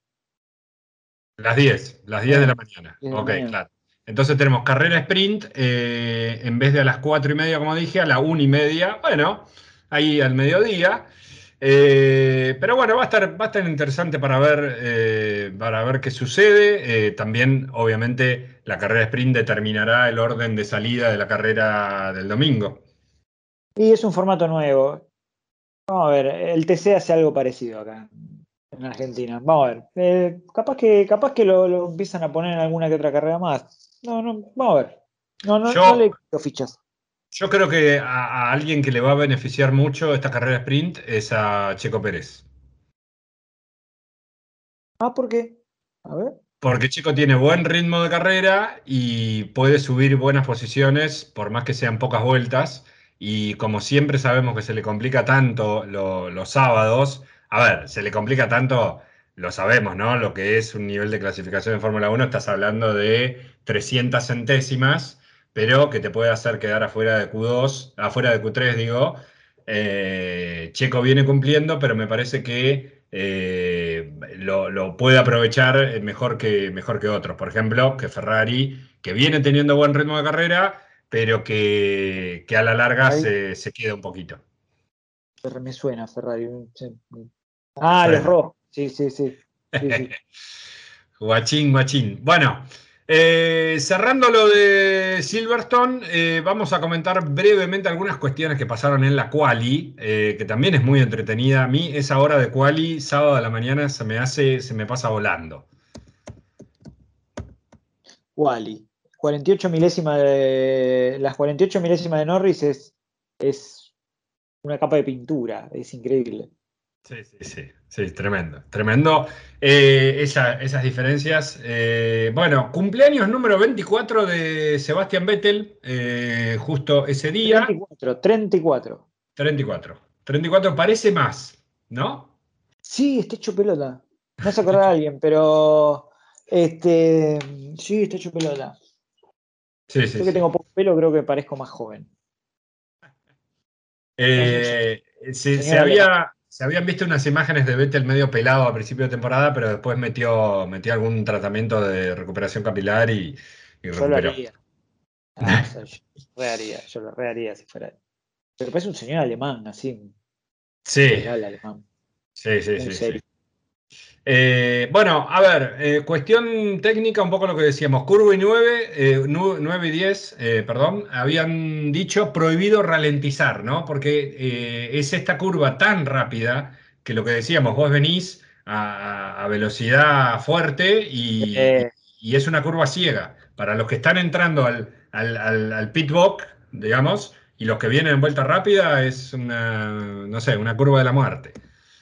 Las diez, las diez de la
Eh,
mañana.
diez de la
Ok,
mañana.
claro. Entonces tenemos carrera sprint, eh, en vez de a las cuatro y media, como dije, a la una y media. Bueno, ahí al mediodía. Eh, pero bueno, va a estar, va a estar interesante para ver, eh, para ver qué sucede. Eh, también, obviamente, la carrera sprint determinará el orden de salida de la carrera del domingo.
Y es un formato nuevo. Vamos a ver, el T C hace algo parecido acá en Argentina. Vamos a ver. Eh, capaz que, capaz que lo, lo empiezan a poner en alguna que otra carrera más. No, no, vamos a ver. No, no, no
Yo,
le quito fichas.
yo creo que a, a alguien que le va a beneficiar mucho esta carrera sprint es a Checo Pérez.
Ah, ¿por qué? A ver.
Porque Chico tiene buen ritmo de carrera y puede subir buenas posiciones, por más que sean pocas vueltas. Y como siempre sabemos que se le complica tanto lo- los sábados, a ver, se le complica tanto, lo sabemos, ¿no? Lo que es un nivel de clasificación en Fórmula Uno, estás hablando de trescientas centésimas, pero que te puede hacer quedar afuera de Q dos, afuera de Q tres, digo. Eh, Checo viene cumpliendo, pero me parece que eh, lo, lo puede aprovechar mejor que, mejor que otros. Por ejemplo, que Ferrari, que viene teniendo buen ritmo de carrera, pero que, que a la larga
Ahí
se, se queda un poquito.
me suena Ferrari. Sí. Ah, los
Suena.
rojos. Sí, sí, sí. Sí, sí.
Guachín, guachín. Bueno, eh, cerrando lo de Silverstone, eh, vamos a comentar brevemente algunas cuestiones que pasaron en la quali, eh, que también es muy entretenida. A mí esa hora de quali, sábado a la mañana, se me hace, se me pasa volando.
Wally. cuarenta y ocho milésimas de. Las cuarenta y ocho milésimas de Norris es, es una capa de pintura. Es increíble.
Sí, sí, sí, sí, tremendo, tremendo. Eh, esa- esas diferencias. Eh, bueno, cumpleaños número veinticuatro de Sebastian Vettel, eh, justo ese día.
treinta y cuatro, treinta y cuatro.
treinta y cuatro. treinta y cuatro parece más, ¿no?
Sí, está hecho pelota. Me hace acordar a alguien, pero. Este. Sí, está hecho pelota.
Sí, sí,
Yo que
sí.
tengo poco pelo, creo que parezco más joven. Es un se-
Eh, se, se
señor alemán.
había, se habían visto unas imágenes de Vettel medio pelado a principio de temporada, pero después metió, metió algún tratamiento de recuperación capilar y, y
Yo lo
recuperó.
haría. Ah, o sea, yo lo re haría. Yo lo re haría si fuera. Pero parece un señor alemán, así. Tipo
Sí,
que habla alemán.
sí, sí,
Muy
sí, sí.
serio.
Eh, bueno, a ver, eh, cuestión técnica, un poco lo que decíamos. Curva y nueve, eh, nu- nueve y diez, eh, perdón, habían dicho prohibido ralentizar, ¿no? Porque eh, es esta curva tan rápida que lo que decíamos, vos venís a, a velocidad fuerte y,
Eh,
y- y es una curva ciega. Para los que están entrando al, al, al, al pit box, digamos, y los que vienen en vuelta rápida, es una, no sé, una curva de la muerte.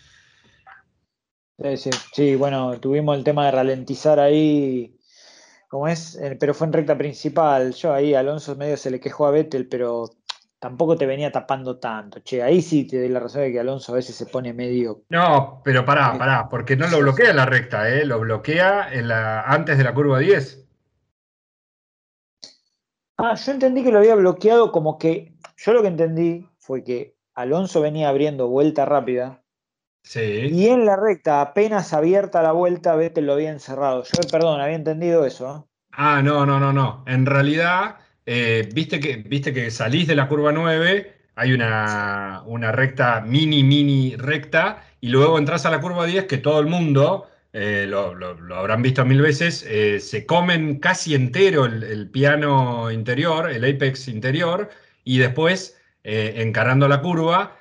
sí, sí, sí, bueno, tuvimos el tema de ralentizar ahí, como es, Eh, pero fue en recta principal. Yo ahí, Alonso medio se le quejó a Vettel, pero tampoco te venía tapando tanto. Che, ahí sí te doy la razón de que Alonso a veces se pone medio,
No, pero pará,
medio
pará, porque no lo
ansioso.
bloquea en la recta, ¿eh? Lo bloquea en la, antes de la curva diez.
Ah, yo entendí que lo había bloqueado como que, yo lo que entendí fue que Alonso venía abriendo vuelta rápida y
Sí.
en la recta, apenas abierta la vuelta, Vettel lo había encerrado. Yo, perdón, había entendido eso, ¿no?
Ah, no, no, no, no. En realidad, eh, viste que, viste que salís de la curva nueve, hay una, una recta, mini, mini recta, y luego entras a la curva diez que todo el mundo, eh, lo, lo- lo habrán visto mil veces, eh, se comen casi entero el, el piano interior, el apex interior, y después, eh, encarando la curva,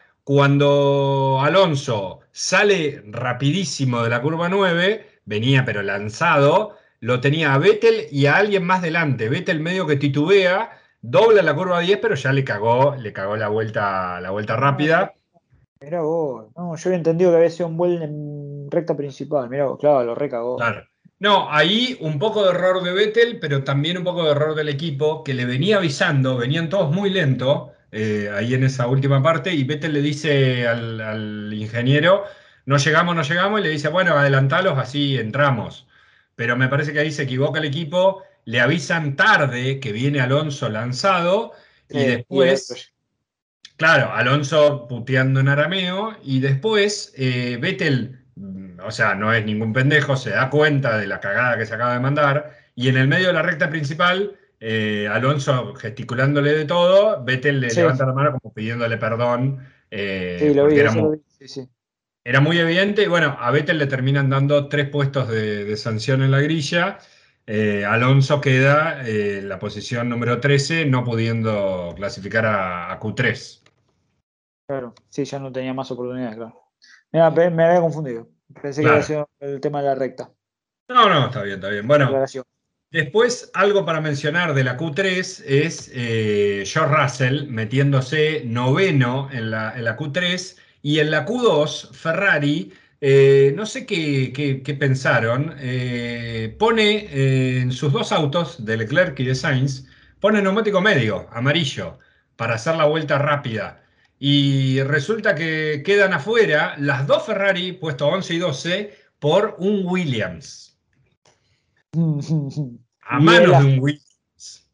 cuando Alonso sale rapidísimo de la curva nueve, venía pero lanzado, lo tenía a Vettel y a alguien más delante. Vettel medio que titubea, dobla la curva diez, pero ya le cagó, le cagó la vuelta, la vuelta
Ah,
rápida.
mirá vos. No, yo había entendido que había sido un vuelo en recta principal. Mirá vos, claro, lo recagó.
Claro. No, ahí un poco de error de Vettel, pero también un poco de error del equipo, que le venía avisando, venían todos muy lento, eh, ahí en esa última parte, y Vettel le dice al, al ingeniero, no llegamos, no llegamos, y le dice, bueno, adelantalos, así entramos. Pero me parece que ahí se equivoca el equipo, le avisan tarde que viene Alonso lanzado, y
Sí, y el otro.
después, claro, Alonso puteando en arameo, y después eh, Vettel, mm, o sea, no es ningún pendejo, se da cuenta de la cagada que se acaba de mandar, y en el medio de la recta principal, eh, Alonso gesticulándole de todo, Vettel le
Sí,
levanta la mano como pidiéndole perdón,
sí,
eh,
lo vi,
porque era
eso
muy,
lo vi. Sí, sí.
era muy evidente, y bueno, a Vettel le terminan dando tres puestos de, de sanción en la grilla. Eh, Alonso queda eh, en la posición número trece, no pudiendo clasificar a, a Q tres.
Claro, sí, ya no tenía más oportunidades, claro. Mira, pe- me había confundido. Pensé que había
Claro.
sido el tema de la recta.
No, no, está bien, está bien. Bueno,
Aclaración.
después algo para mencionar de la Q tres es eh, George Russell metiéndose noveno en la, en la Q tres, y en la Q dos Ferrari, eh, no sé qué, qué- qué pensaron, eh, pone eh, en sus dos autos, de Leclerc y de Sainz, pone neumático medio, amarillo, para hacer la vuelta rápida. Y resulta que quedan afuera las dos Ferrari, puesto once y doce, por un Williams. A
Y él,
manos de
Ast-
un Williams.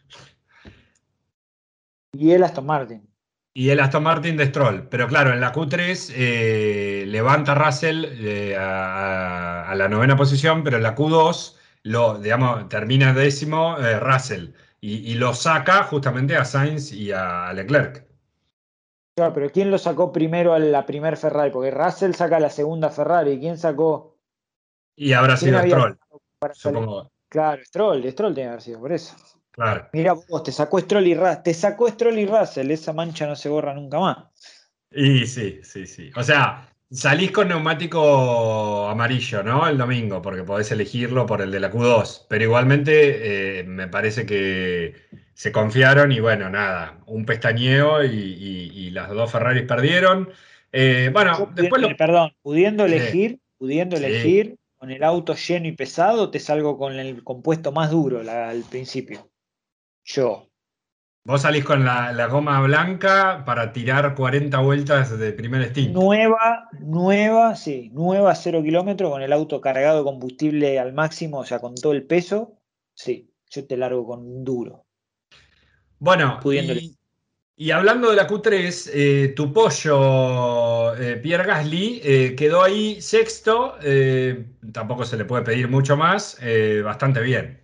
y él Aston Martin.
Y el Aston Martin de Stroll. Pero claro, en la Q tres eh, levanta Russell eh, a, a la novena posición, pero en la Q dos lo, digamos, termina décimo eh, Russell. Y, y lo saca justamente a Sainz y a Leclerc.
Claro, pero ¿quién lo sacó primero a la primer Ferrari? Porque Russell saca la segunda Ferrari. ¿Quién sacó?
Y habrá
¿Quién
sido
había
Stroll,
sacado para salir?
supongo.
Claro, Stroll, Stroll tiene que haber sido, por eso.
Claro.
Mira vos, te sacó Stroll y Russell, te sacó Stroll y Russell, esa mancha no se borra nunca más.
Y sí, sí, sí. O sea, salís con neumático amarillo, ¿no? El domingo, porque podés elegirlo por el de la Q dos. Pero igualmente eh, me parece que se confiaron y bueno, nada, un pestañeo y, y- y las dos Ferraris perdieron. Eh,
Yo
bueno, después
pudiendo,
lo...
perdón, pudiendo
Sí,
elegir, pudiendo
sí.
elegir, con el auto lleno y pesado, te salgo con el compuesto más duro la- al principio. Yo.
Vos salís con la, la goma blanca para tirar cuarenta vueltas de primer stint.
Nueva, nueva, sí, nueva cero kilómetros con el auto cargado de combustible al máximo, o sea, con todo el peso. Sí, yo te largo con un duro,
Bueno,
pudiendo elegir.
y Y hablando de la Q tres, eh, tu pollo, eh, Pierre Gasly, eh, quedó ahí sexto, eh, tampoco se le puede pedir mucho más, eh, bastante bien.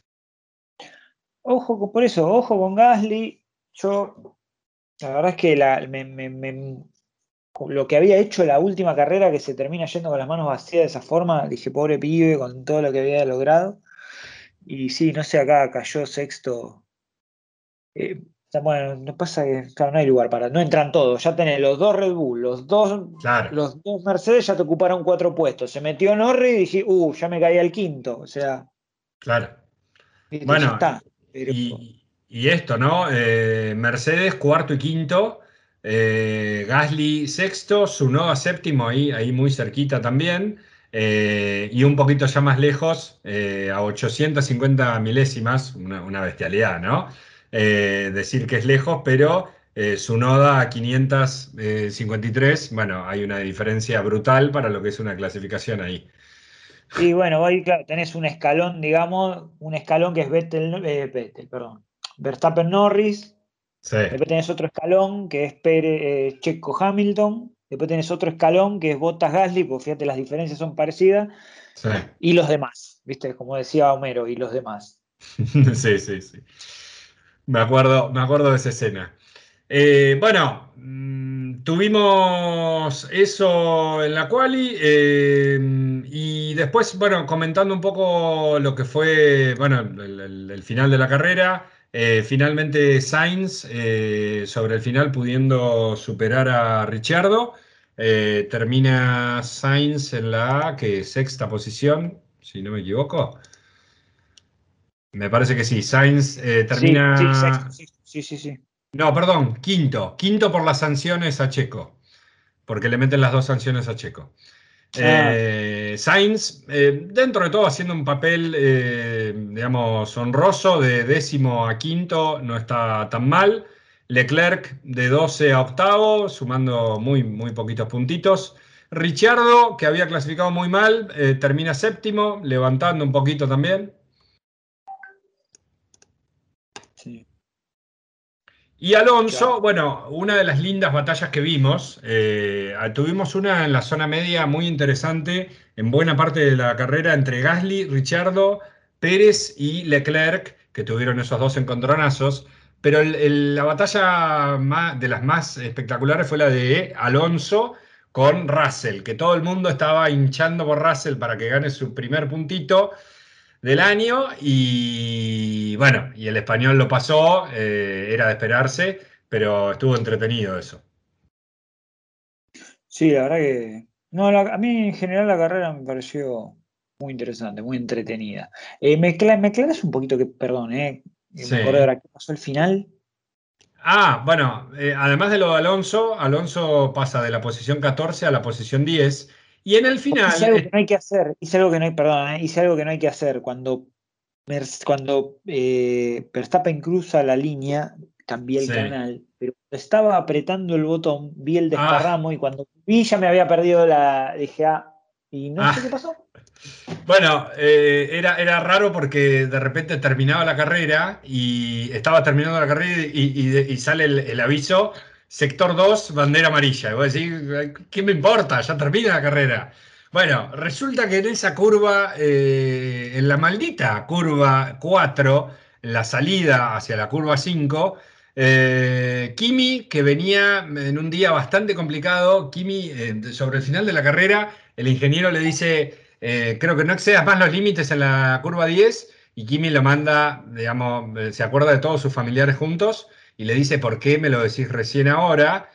Ojo, con- por eso, ojo con Gasly. Yo, la verdad es que la- me- me- me- lo que había hecho la última carrera, que se termina yendo con las manos vacías de esa forma, dije, pobre pibe, con todo lo que había logrado. Y sí, no sé, acá cayó sexto. Eh, o sea, bueno, no pasa que claro, no hay lugar para, no entran todos, ya tenés los dos Red Bull, los dos,
Claro,
los dos Mercedes ya te ocuparon cuatro puestos. Se metió Norris y dije, uh, ya me caí al quinto. O sea,
claro.
viste, ya
Bueno,
está. Pero
y, y esto, ¿no? Eh, Mercedes cuarto y quinto, eh, Gasly sexto, Tsunoda séptimo, ahí, ahí muy cerquita también, eh, y un poquito ya más lejos, eh, a ochocientas cincuenta milésimas, una, una bestialidad, ¿no? Eh, decir que es lejos, pero eh, Tsunoda a quinientas cincuenta y tres, bueno, hay una diferencia brutal para lo que es una clasificación ahí.
y bueno, ahí claro, tenés un escalón, digamos, un escalón que es Vettel, eh, Vettel, perdón. Verstappen-Norris,
Sí,
después tenés otro escalón que es Pérez, eh, Checo-Hamilton, después tenés otro escalón que es Bottas-Gasly, porque fíjate, las diferencias son parecidas,
sí.
y los demás, ¿viste? Como decía Homero, y los demás.
Sí, sí, sí. Me acuerdo, me acuerdo de esa escena. Eh, bueno, mm, tuvimos eso en la quali eh, y después, bueno, comentando un poco lo que fue, bueno, el, el- el final de la carrera. Eh, finalmente Sainz, eh, sobre el final, pudiendo superar a Ricciardo. Eh, termina Sainz en la que sexta posición, si no me equivoco. Me parece que sí. Sainz eh,
Sí, sí, sexto,
termina.
sexto, sí, sí, sí.
No, perdón, quinto. Quinto por las sanciones a Checo, porque le meten las dos sanciones a Checo.
Ah,
Eh, Sainz, eh, dentro de todo, haciendo un papel, eh, digamos, honroso de décimo a quinto, no está tan mal. Leclerc de doce a octavo, sumando muy, muy poquitos puntitos. Ricciardo, que había clasificado muy mal, eh, termina séptimo, levantando un poquito también.
sí.
Y
Ya.
Alonso, bueno, una de las lindas batallas que vimos, eh, tuvimos una en la zona media muy interesante en buena parte de la carrera entre Gasly, Ricciardo, Pérez y Leclerc, que tuvieron esos dos encontronazos, pero el- el- la batalla más- de las más espectaculares fue la de Alonso con Russell, que todo el mundo estaba hinchando por Russell para que gane su primer puntito del año y bueno, y el español lo pasó, eh, era de esperarse, pero estuvo entretenido eso.
Sí, la verdad que. No, la- a mí en general la carrera me pareció muy interesante, muy entretenida. Eh, me, cla- me aclaras un poquito que, perdón, eh, que me acordé
Sí.
ahora qué pasó al final.
Ah, bueno, eh, además de lo de Alonso, Alonso pasa de la posición catorce a la posición diez y en el
Porque hice
final,
algo que
eh,
no hay que hacer, hice algo que no hay, perdón, eh, hice algo que no hay que hacer. Cuando, Mers- cuando eh, Verstappen cruza la línea, cambié el
sí.
canal, pero cuando estaba apretando el botón, vi el
Ah,
desparramo y cuando vi ya me había perdido la. Dije, ah, y no sé qué
ah.
pasó.
Bueno, eh, era, era raro porque de repente terminaba la carrera y estaba terminando la carrera y, y- y sale el, el aviso, sector dos, bandera amarilla. Y vos decís, ¿qué me importa? Ya termina la carrera. Bueno, resulta que en esa curva, eh, en la maldita curva cuatro, en la salida hacia la curva cinco, eh, Kimi, que venía en un día bastante complicado, Kimi, eh, sobre el final de la carrera, el ingeniero le dice eh, creo que no excedas más los límites en la curva diez y Kimi lo manda, digamos, eh, se acuerda de todos sus familiares juntos y le dice, ¿por qué me lo decís recién ahora?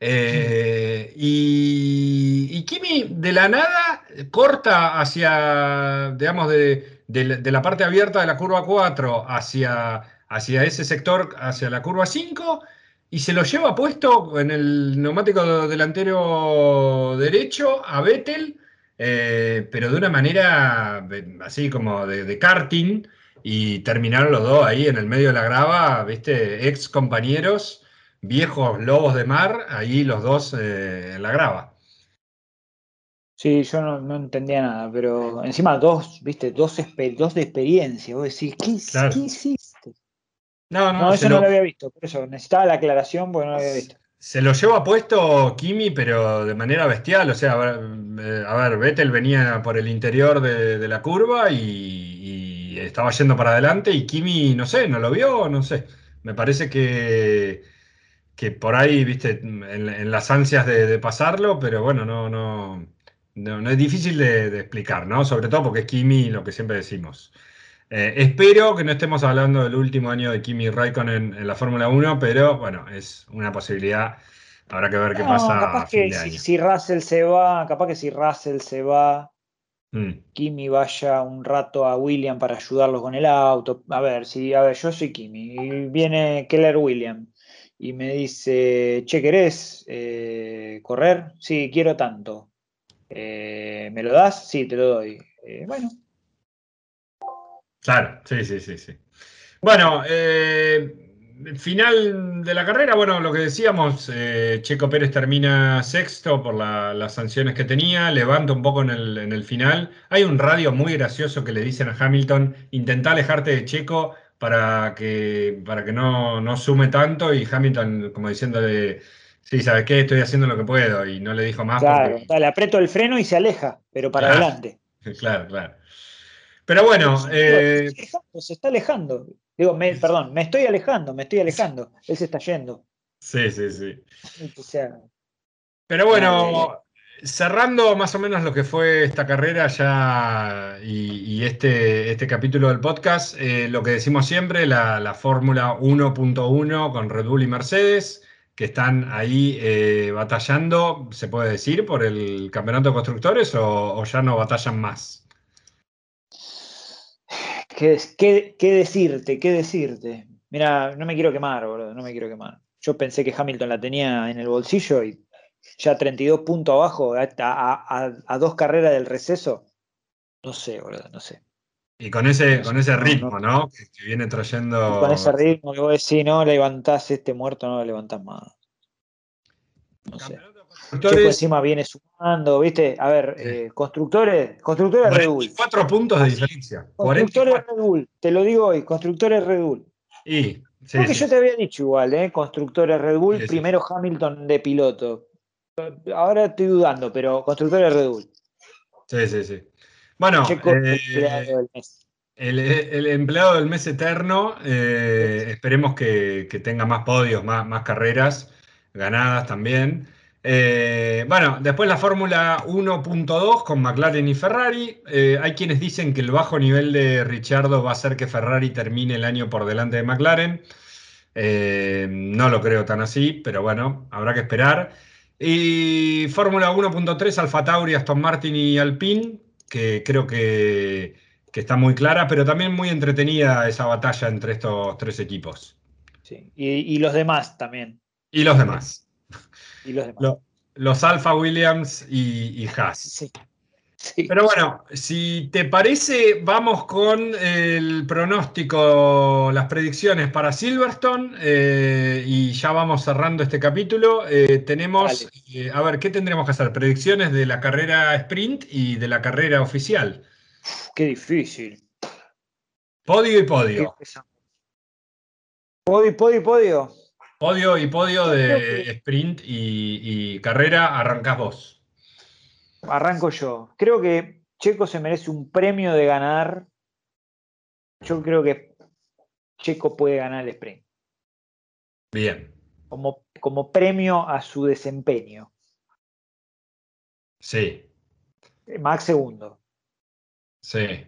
Eh, y, y Kimi de la nada corta hacia, digamos, de, de la de la parte abierta de la curva cuatro hacia, hacia ese sector, hacia la curva cinco y se lo lleva puesto en el neumático delantero derecho a Vettel, eh, pero de una manera eh, así como de, de karting, y terminaron los dos ahí en el medio de la grava, ¿viste? Ex compañeros, viejos lobos de mar, ahí los dos eh, en la grava.
Sí, yo no, no entendía nada, pero encima dos, viste, dos, espe- dos de experiencia. Vos decís, ¿qué, hic- qué
Claro.
hiciste?
No, no,
No,
se
eso no lo
lo,
había visto, por eso necesitaba la aclaración porque no lo había visto.
se lo lleva puesto Kimi, pero de manera bestial. O sea, a ver, eh, a ver, Vettel venía por el interior de, de la curva y, y estaba yendo para adelante y Kimi, no sé, no lo vio, no sé. Me parece que, que por ahí, viste, en, en las ansias de, de pasarlo, pero bueno, no, no, no, no es difícil de, de explicar, ¿no? Sobre todo porque es Kimi, lo que siempre decimos. Eh, espero que no estemos hablando del último año de Kimi Raikkonen en la Fórmula Uno, pero bueno, es una posibilidad. Habrá que ver qué
No,
pasa
capaz
a fin
que
de
si,
año.
si Russell se va, capaz que si Russell se va,
Mm,
Kimi vaya un rato a William para ayudarlo con el auto. A ver, si, a ver, yo soy Kimi y viene Keller William y me dice, che, ¿querés eh, correr? Sí, quiero tanto. Eh, ¿me lo das? Sí, te lo doy. Eh, bueno,
claro, sí, sí, sí, sí. Bueno, eh, final de la carrera, bueno, lo que decíamos, eh, Checo Pérez termina sexto por la- las sanciones que tenía, levanta un poco en el, en el final. Hay un radio muy gracioso que le dicen a Hamilton, intenta alejarte de Checo para que, para que no, no sume tanto y Hamilton como diciéndole, sí, ¿sabes qué? Estoy haciendo lo que puedo y no le dijo más porque,
Claro, dale, aprieto el freno y se aleja, pero para
claro,
adelante.
claro, claro. Pero
Pero
bueno,
sí, digo, se
eh,
está alejando, se está alejando. Digo, me- perdón, me estoy alejando, me estoy alejando. Él se está yendo.
sí, sí, sí.
O sea,
Pero
dale.
bueno, cerrando más o menos lo que fue esta carrera ya y, y este, este capítulo del podcast, eh, lo que decimos siempre, la, la Fórmula uno punto uno con Red Bull y Mercedes, que están ahí eh, batallando, se puede decir, por el campeonato de constructores o, o ya no batallan más.
¿Qué, qué- qué decirte? ¿Qué decirte? Mira, no me quiero quemar, boludo, no me quiero quemar. Yo pensé que Hamilton la tenía en el bolsillo y ya treinta y dos puntos abajo, a, a- a- a dos carreras del receso. No sé, boludo, no sé.
Y con ese,
No
con
sé.
ese
No, no.
ritmo, ¿no? Que, que viene
Y con
trayendo
ese ritmo que vos decís, no levantás este muerto, no lo levantás más. No sé.
campeonato de
Checo
constructores,
encima viene sumando, ¿viste? A ver,
eh,
eh, constructores, constructores Red
cuarenta y
Bull.
cuatro puntos de
Así.
diferencia.
Constructores
cuarenta y cuatro.
Red Bull, te lo digo hoy, constructores Red Bull.
Y,
Creo
sí,
que
sí,
yo te había dicho igual, ¿eh? Constructores Red Bull,
sí, sí, sí.
primero Hamilton de piloto. Ahora estoy dudando, pero constructores Red Bull.
Sí, sí, sí. Bueno,
Checo, empleado
eh,
del mes.
el, el empleado del mes eterno, eh,
Sí.
esperemos que, que tenga más podios, más, más carreras ganadas también. Eh, bueno, después la Fórmula uno punto dos con McLaren y Ferrari. Eh, hay quienes dicen que el bajo nivel de Ricciardo va a hacer que Ferrari termine el año por delante de McLaren. Eh, no lo creo tan así, pero bueno, habrá que esperar. Y Fórmula uno punto tres, Alfa Tauri, Aston Martin y Alpine, que creo que, que está muy clara, pero también muy entretenida esa batalla entre estos tres equipos.
Sí. Y, y los demás también.
Y los demás.
Y los demás.
Lo- los Alfa Williams y, y Haas.
Sí, sí.
Pero bueno, si te parece, vamos con el pronóstico, las predicciones para Silverstone eh, y ya vamos cerrando este capítulo. Eh, tenemos,
Dale.
eh, a ver, ¿qué tendremos que hacer? Predicciones de la carrera sprint y de la carrera oficial.
Qué difícil.
Podio y
¿Con qué
podio.
empezamos? Podio, podio, podio.
Podio y podio
Yo creo
de
que
sprint y, y carrera, arrancás vos.
arranco yo. Creo que Checo se merece un premio de ganar. Yo creo que Checo puede ganar el sprint.
Bien,
Como, como premio a su desempeño.
sí,
Max segundo.
sí.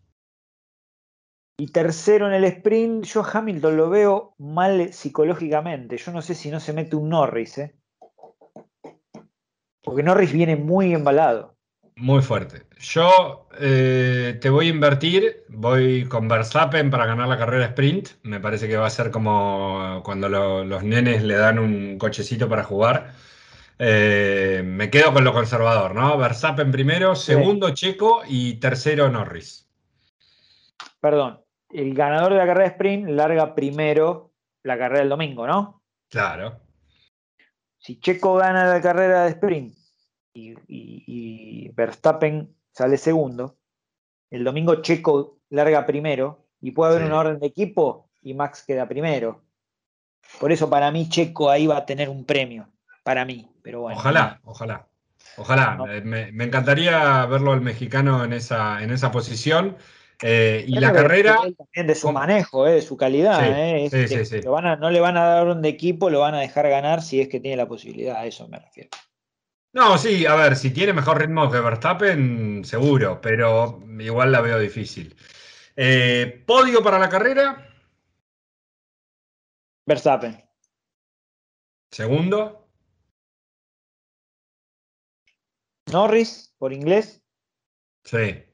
Y tercero en el sprint, yo a Hamilton lo veo mal psicológicamente. Yo no sé si no se mete un Norris, ¿eh? Porque Norris viene muy embalado.
Muy fuerte. Yo eh, te voy a invertir, voy con Verstappen para ganar la carrera sprint. Me parece que va a ser como cuando lo- los nenes le dan un cochecito para jugar. Eh, me quedo con lo conservador, ¿no? Verstappen primero,
Sí.
segundo Checo y tercero Norris.
Perdón, el ganador de la carrera de sprint larga primero la carrera del domingo, ¿no?
Claro,
Si Checo gana la carrera de sprint y, y- y Verstappen sale segundo, el domingo Checo larga primero y puede haber una
sí.
orden de equipo y Max queda primero. Por eso para mí Checo ahí va a tener un premio, para mí, pero bueno, no,
Ojalá, ojalá. Ojalá.
no.
Eh, Me, me encantaría verlo al mexicano en esa, en esa posición. Eh, y la
Pero depende
carrera,
de él también de su
com-
manejo, eh, de su calidad.
sí,
eh, es-
sí, sí,
le-
sí.
lo van a- no le van a dar orden de equipo, lo van a dejar ganar si es que tiene la posibilidad, a eso me refiero.
No, sí, a ver, si tiene mejor ritmo que Verstappen, seguro, pero igual la veo difícil. Eh, podio para la carrera,
Verstappen.
segundo,
Norris, por inglés.
sí.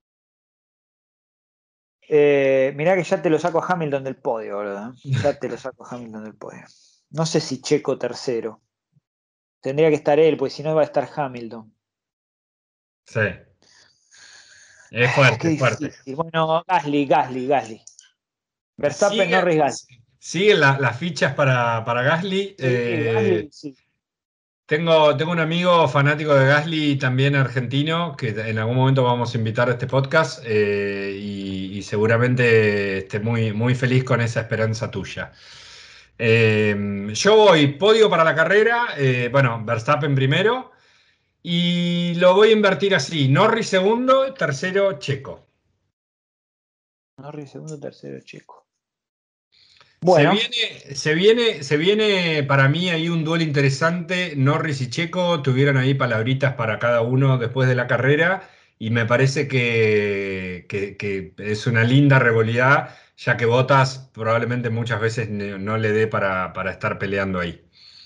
Eh, mirá que ya te lo saco a Hamilton del podio, ¿verdad? Ya te lo saco a Hamilton del podio. No sé si Checo tercero. Tendría que estar él, pues si no va a estar Hamilton.
Sí, es fuerte,
Qué
es fuerte.
difícil. Bueno, Gasly, Gasly, Gasly. Verstappen,
Sigue,
Norris, Gasly.
siguen la- las fichas para, para Gasly.
Sí,
eh,
Gasly, sí.
Tengo, tengo un amigo fanático de Gasly, también argentino, que en algún momento vamos a invitar a este podcast eh, y, y seguramente esté muy, muy feliz con esa esperanza tuya. Eh, yo voy podio para la carrera, eh, bueno, Verstappen primero, y lo voy a invertir así: Norris segundo, tercero Checo.
Norris segundo, tercero Checo.
Se
Bueno,
viene, se viene, se viene para mí ahí un duelo interesante. Norris y Checo tuvieron ahí palabritas para cada uno después de la carrera y me parece que, que- que es una linda rivalidad, ya que Bottas probablemente muchas veces ne- no le dé para, para estar peleando ahí.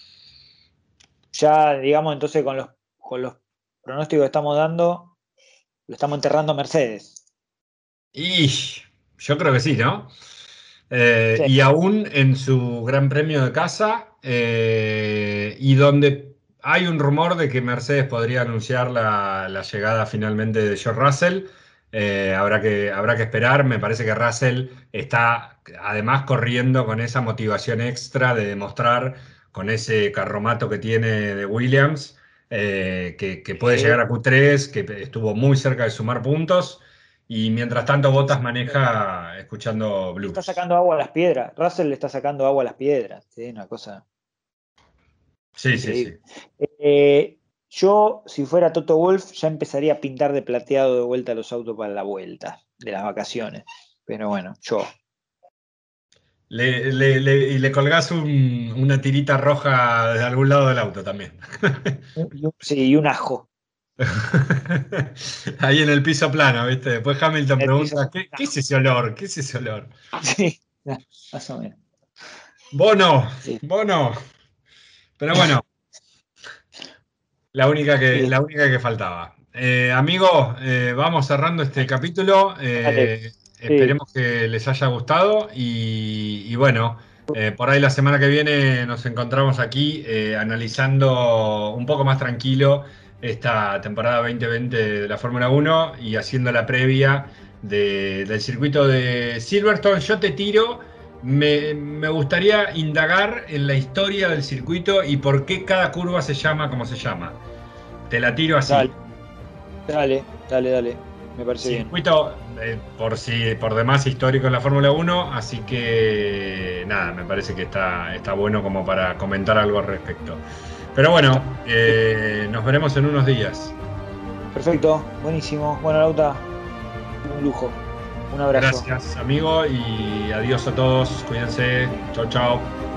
ya digamos entonces con los, con los pronósticos que estamos dando, lo estamos enterrando a Mercedes.
Y yo creo que sí, ¿no? Eh,
Sí,
y aún en su Gran Premio de casa, eh, y donde hay un rumor de que Mercedes podría anunciar la, la llegada finalmente de George Russell. Eh, habrá que, habrá que esperar. Me parece que Russell está además corriendo con esa motivación extra de demostrar con ese carromato que tiene de Williams, eh, que, que puede llegar
sí.
a Q tres, que estuvo muy cerca de sumar puntos. Y mientras tanto, Bottas maneja escuchando
Le está
blues.
sacando agua a las piedras. Russell le está sacando agua a las piedras. Sí, una cosa
Sí, sí, sí.
increíble. Eh, yo, si fuera Toto Wolff, ya empezaría a pintar de plateado de vuelta los autos para la vuelta de las vacaciones. Pero bueno, yo.
Le, le- le- y le colgás un- una tirita roja de algún lado del auto también.
Y un- Sí, y un ajo.
Ahí en el piso plano, ¿viste? Después Hamilton
En el piso.
pregunta, ¿qué, qué es ese olor? ¿Qué es ese olor?
Sí, más o menos.
Vos no,
Sí.
vos no. Pero bueno, la única que,
Sí,
la única que faltaba. Eh, amigos, eh, vamos cerrando este capítulo.
dale.
Eh,
Sí,
esperemos que les haya gustado y, y bueno, eh, por ahí la semana que viene nos encontramos aquí eh, analizando un poco más tranquilo esta temporada dos mil veinte de la Fórmula Uno y haciendo la previa de- del circuito de Silverstone. Yo te tiro. Me, me gustaría indagar en la historia del circuito y por qué cada curva se llama como se llama. Te la tiro así.
dale, dale, dale, dale. Me parece bien.
Circuito eh, por si por demás histórico en la Fórmula Uno, así que nada, me parece que está, está bueno como para comentar algo al respecto. Pero bueno,
Está.
eh, nos veremos en unos días.
Perfecto, buenísimo. Bueno, Lauta, un lujo. Un abrazo.
Gracias, amigo, y adiós a todos. Cuídense. Chau, chau.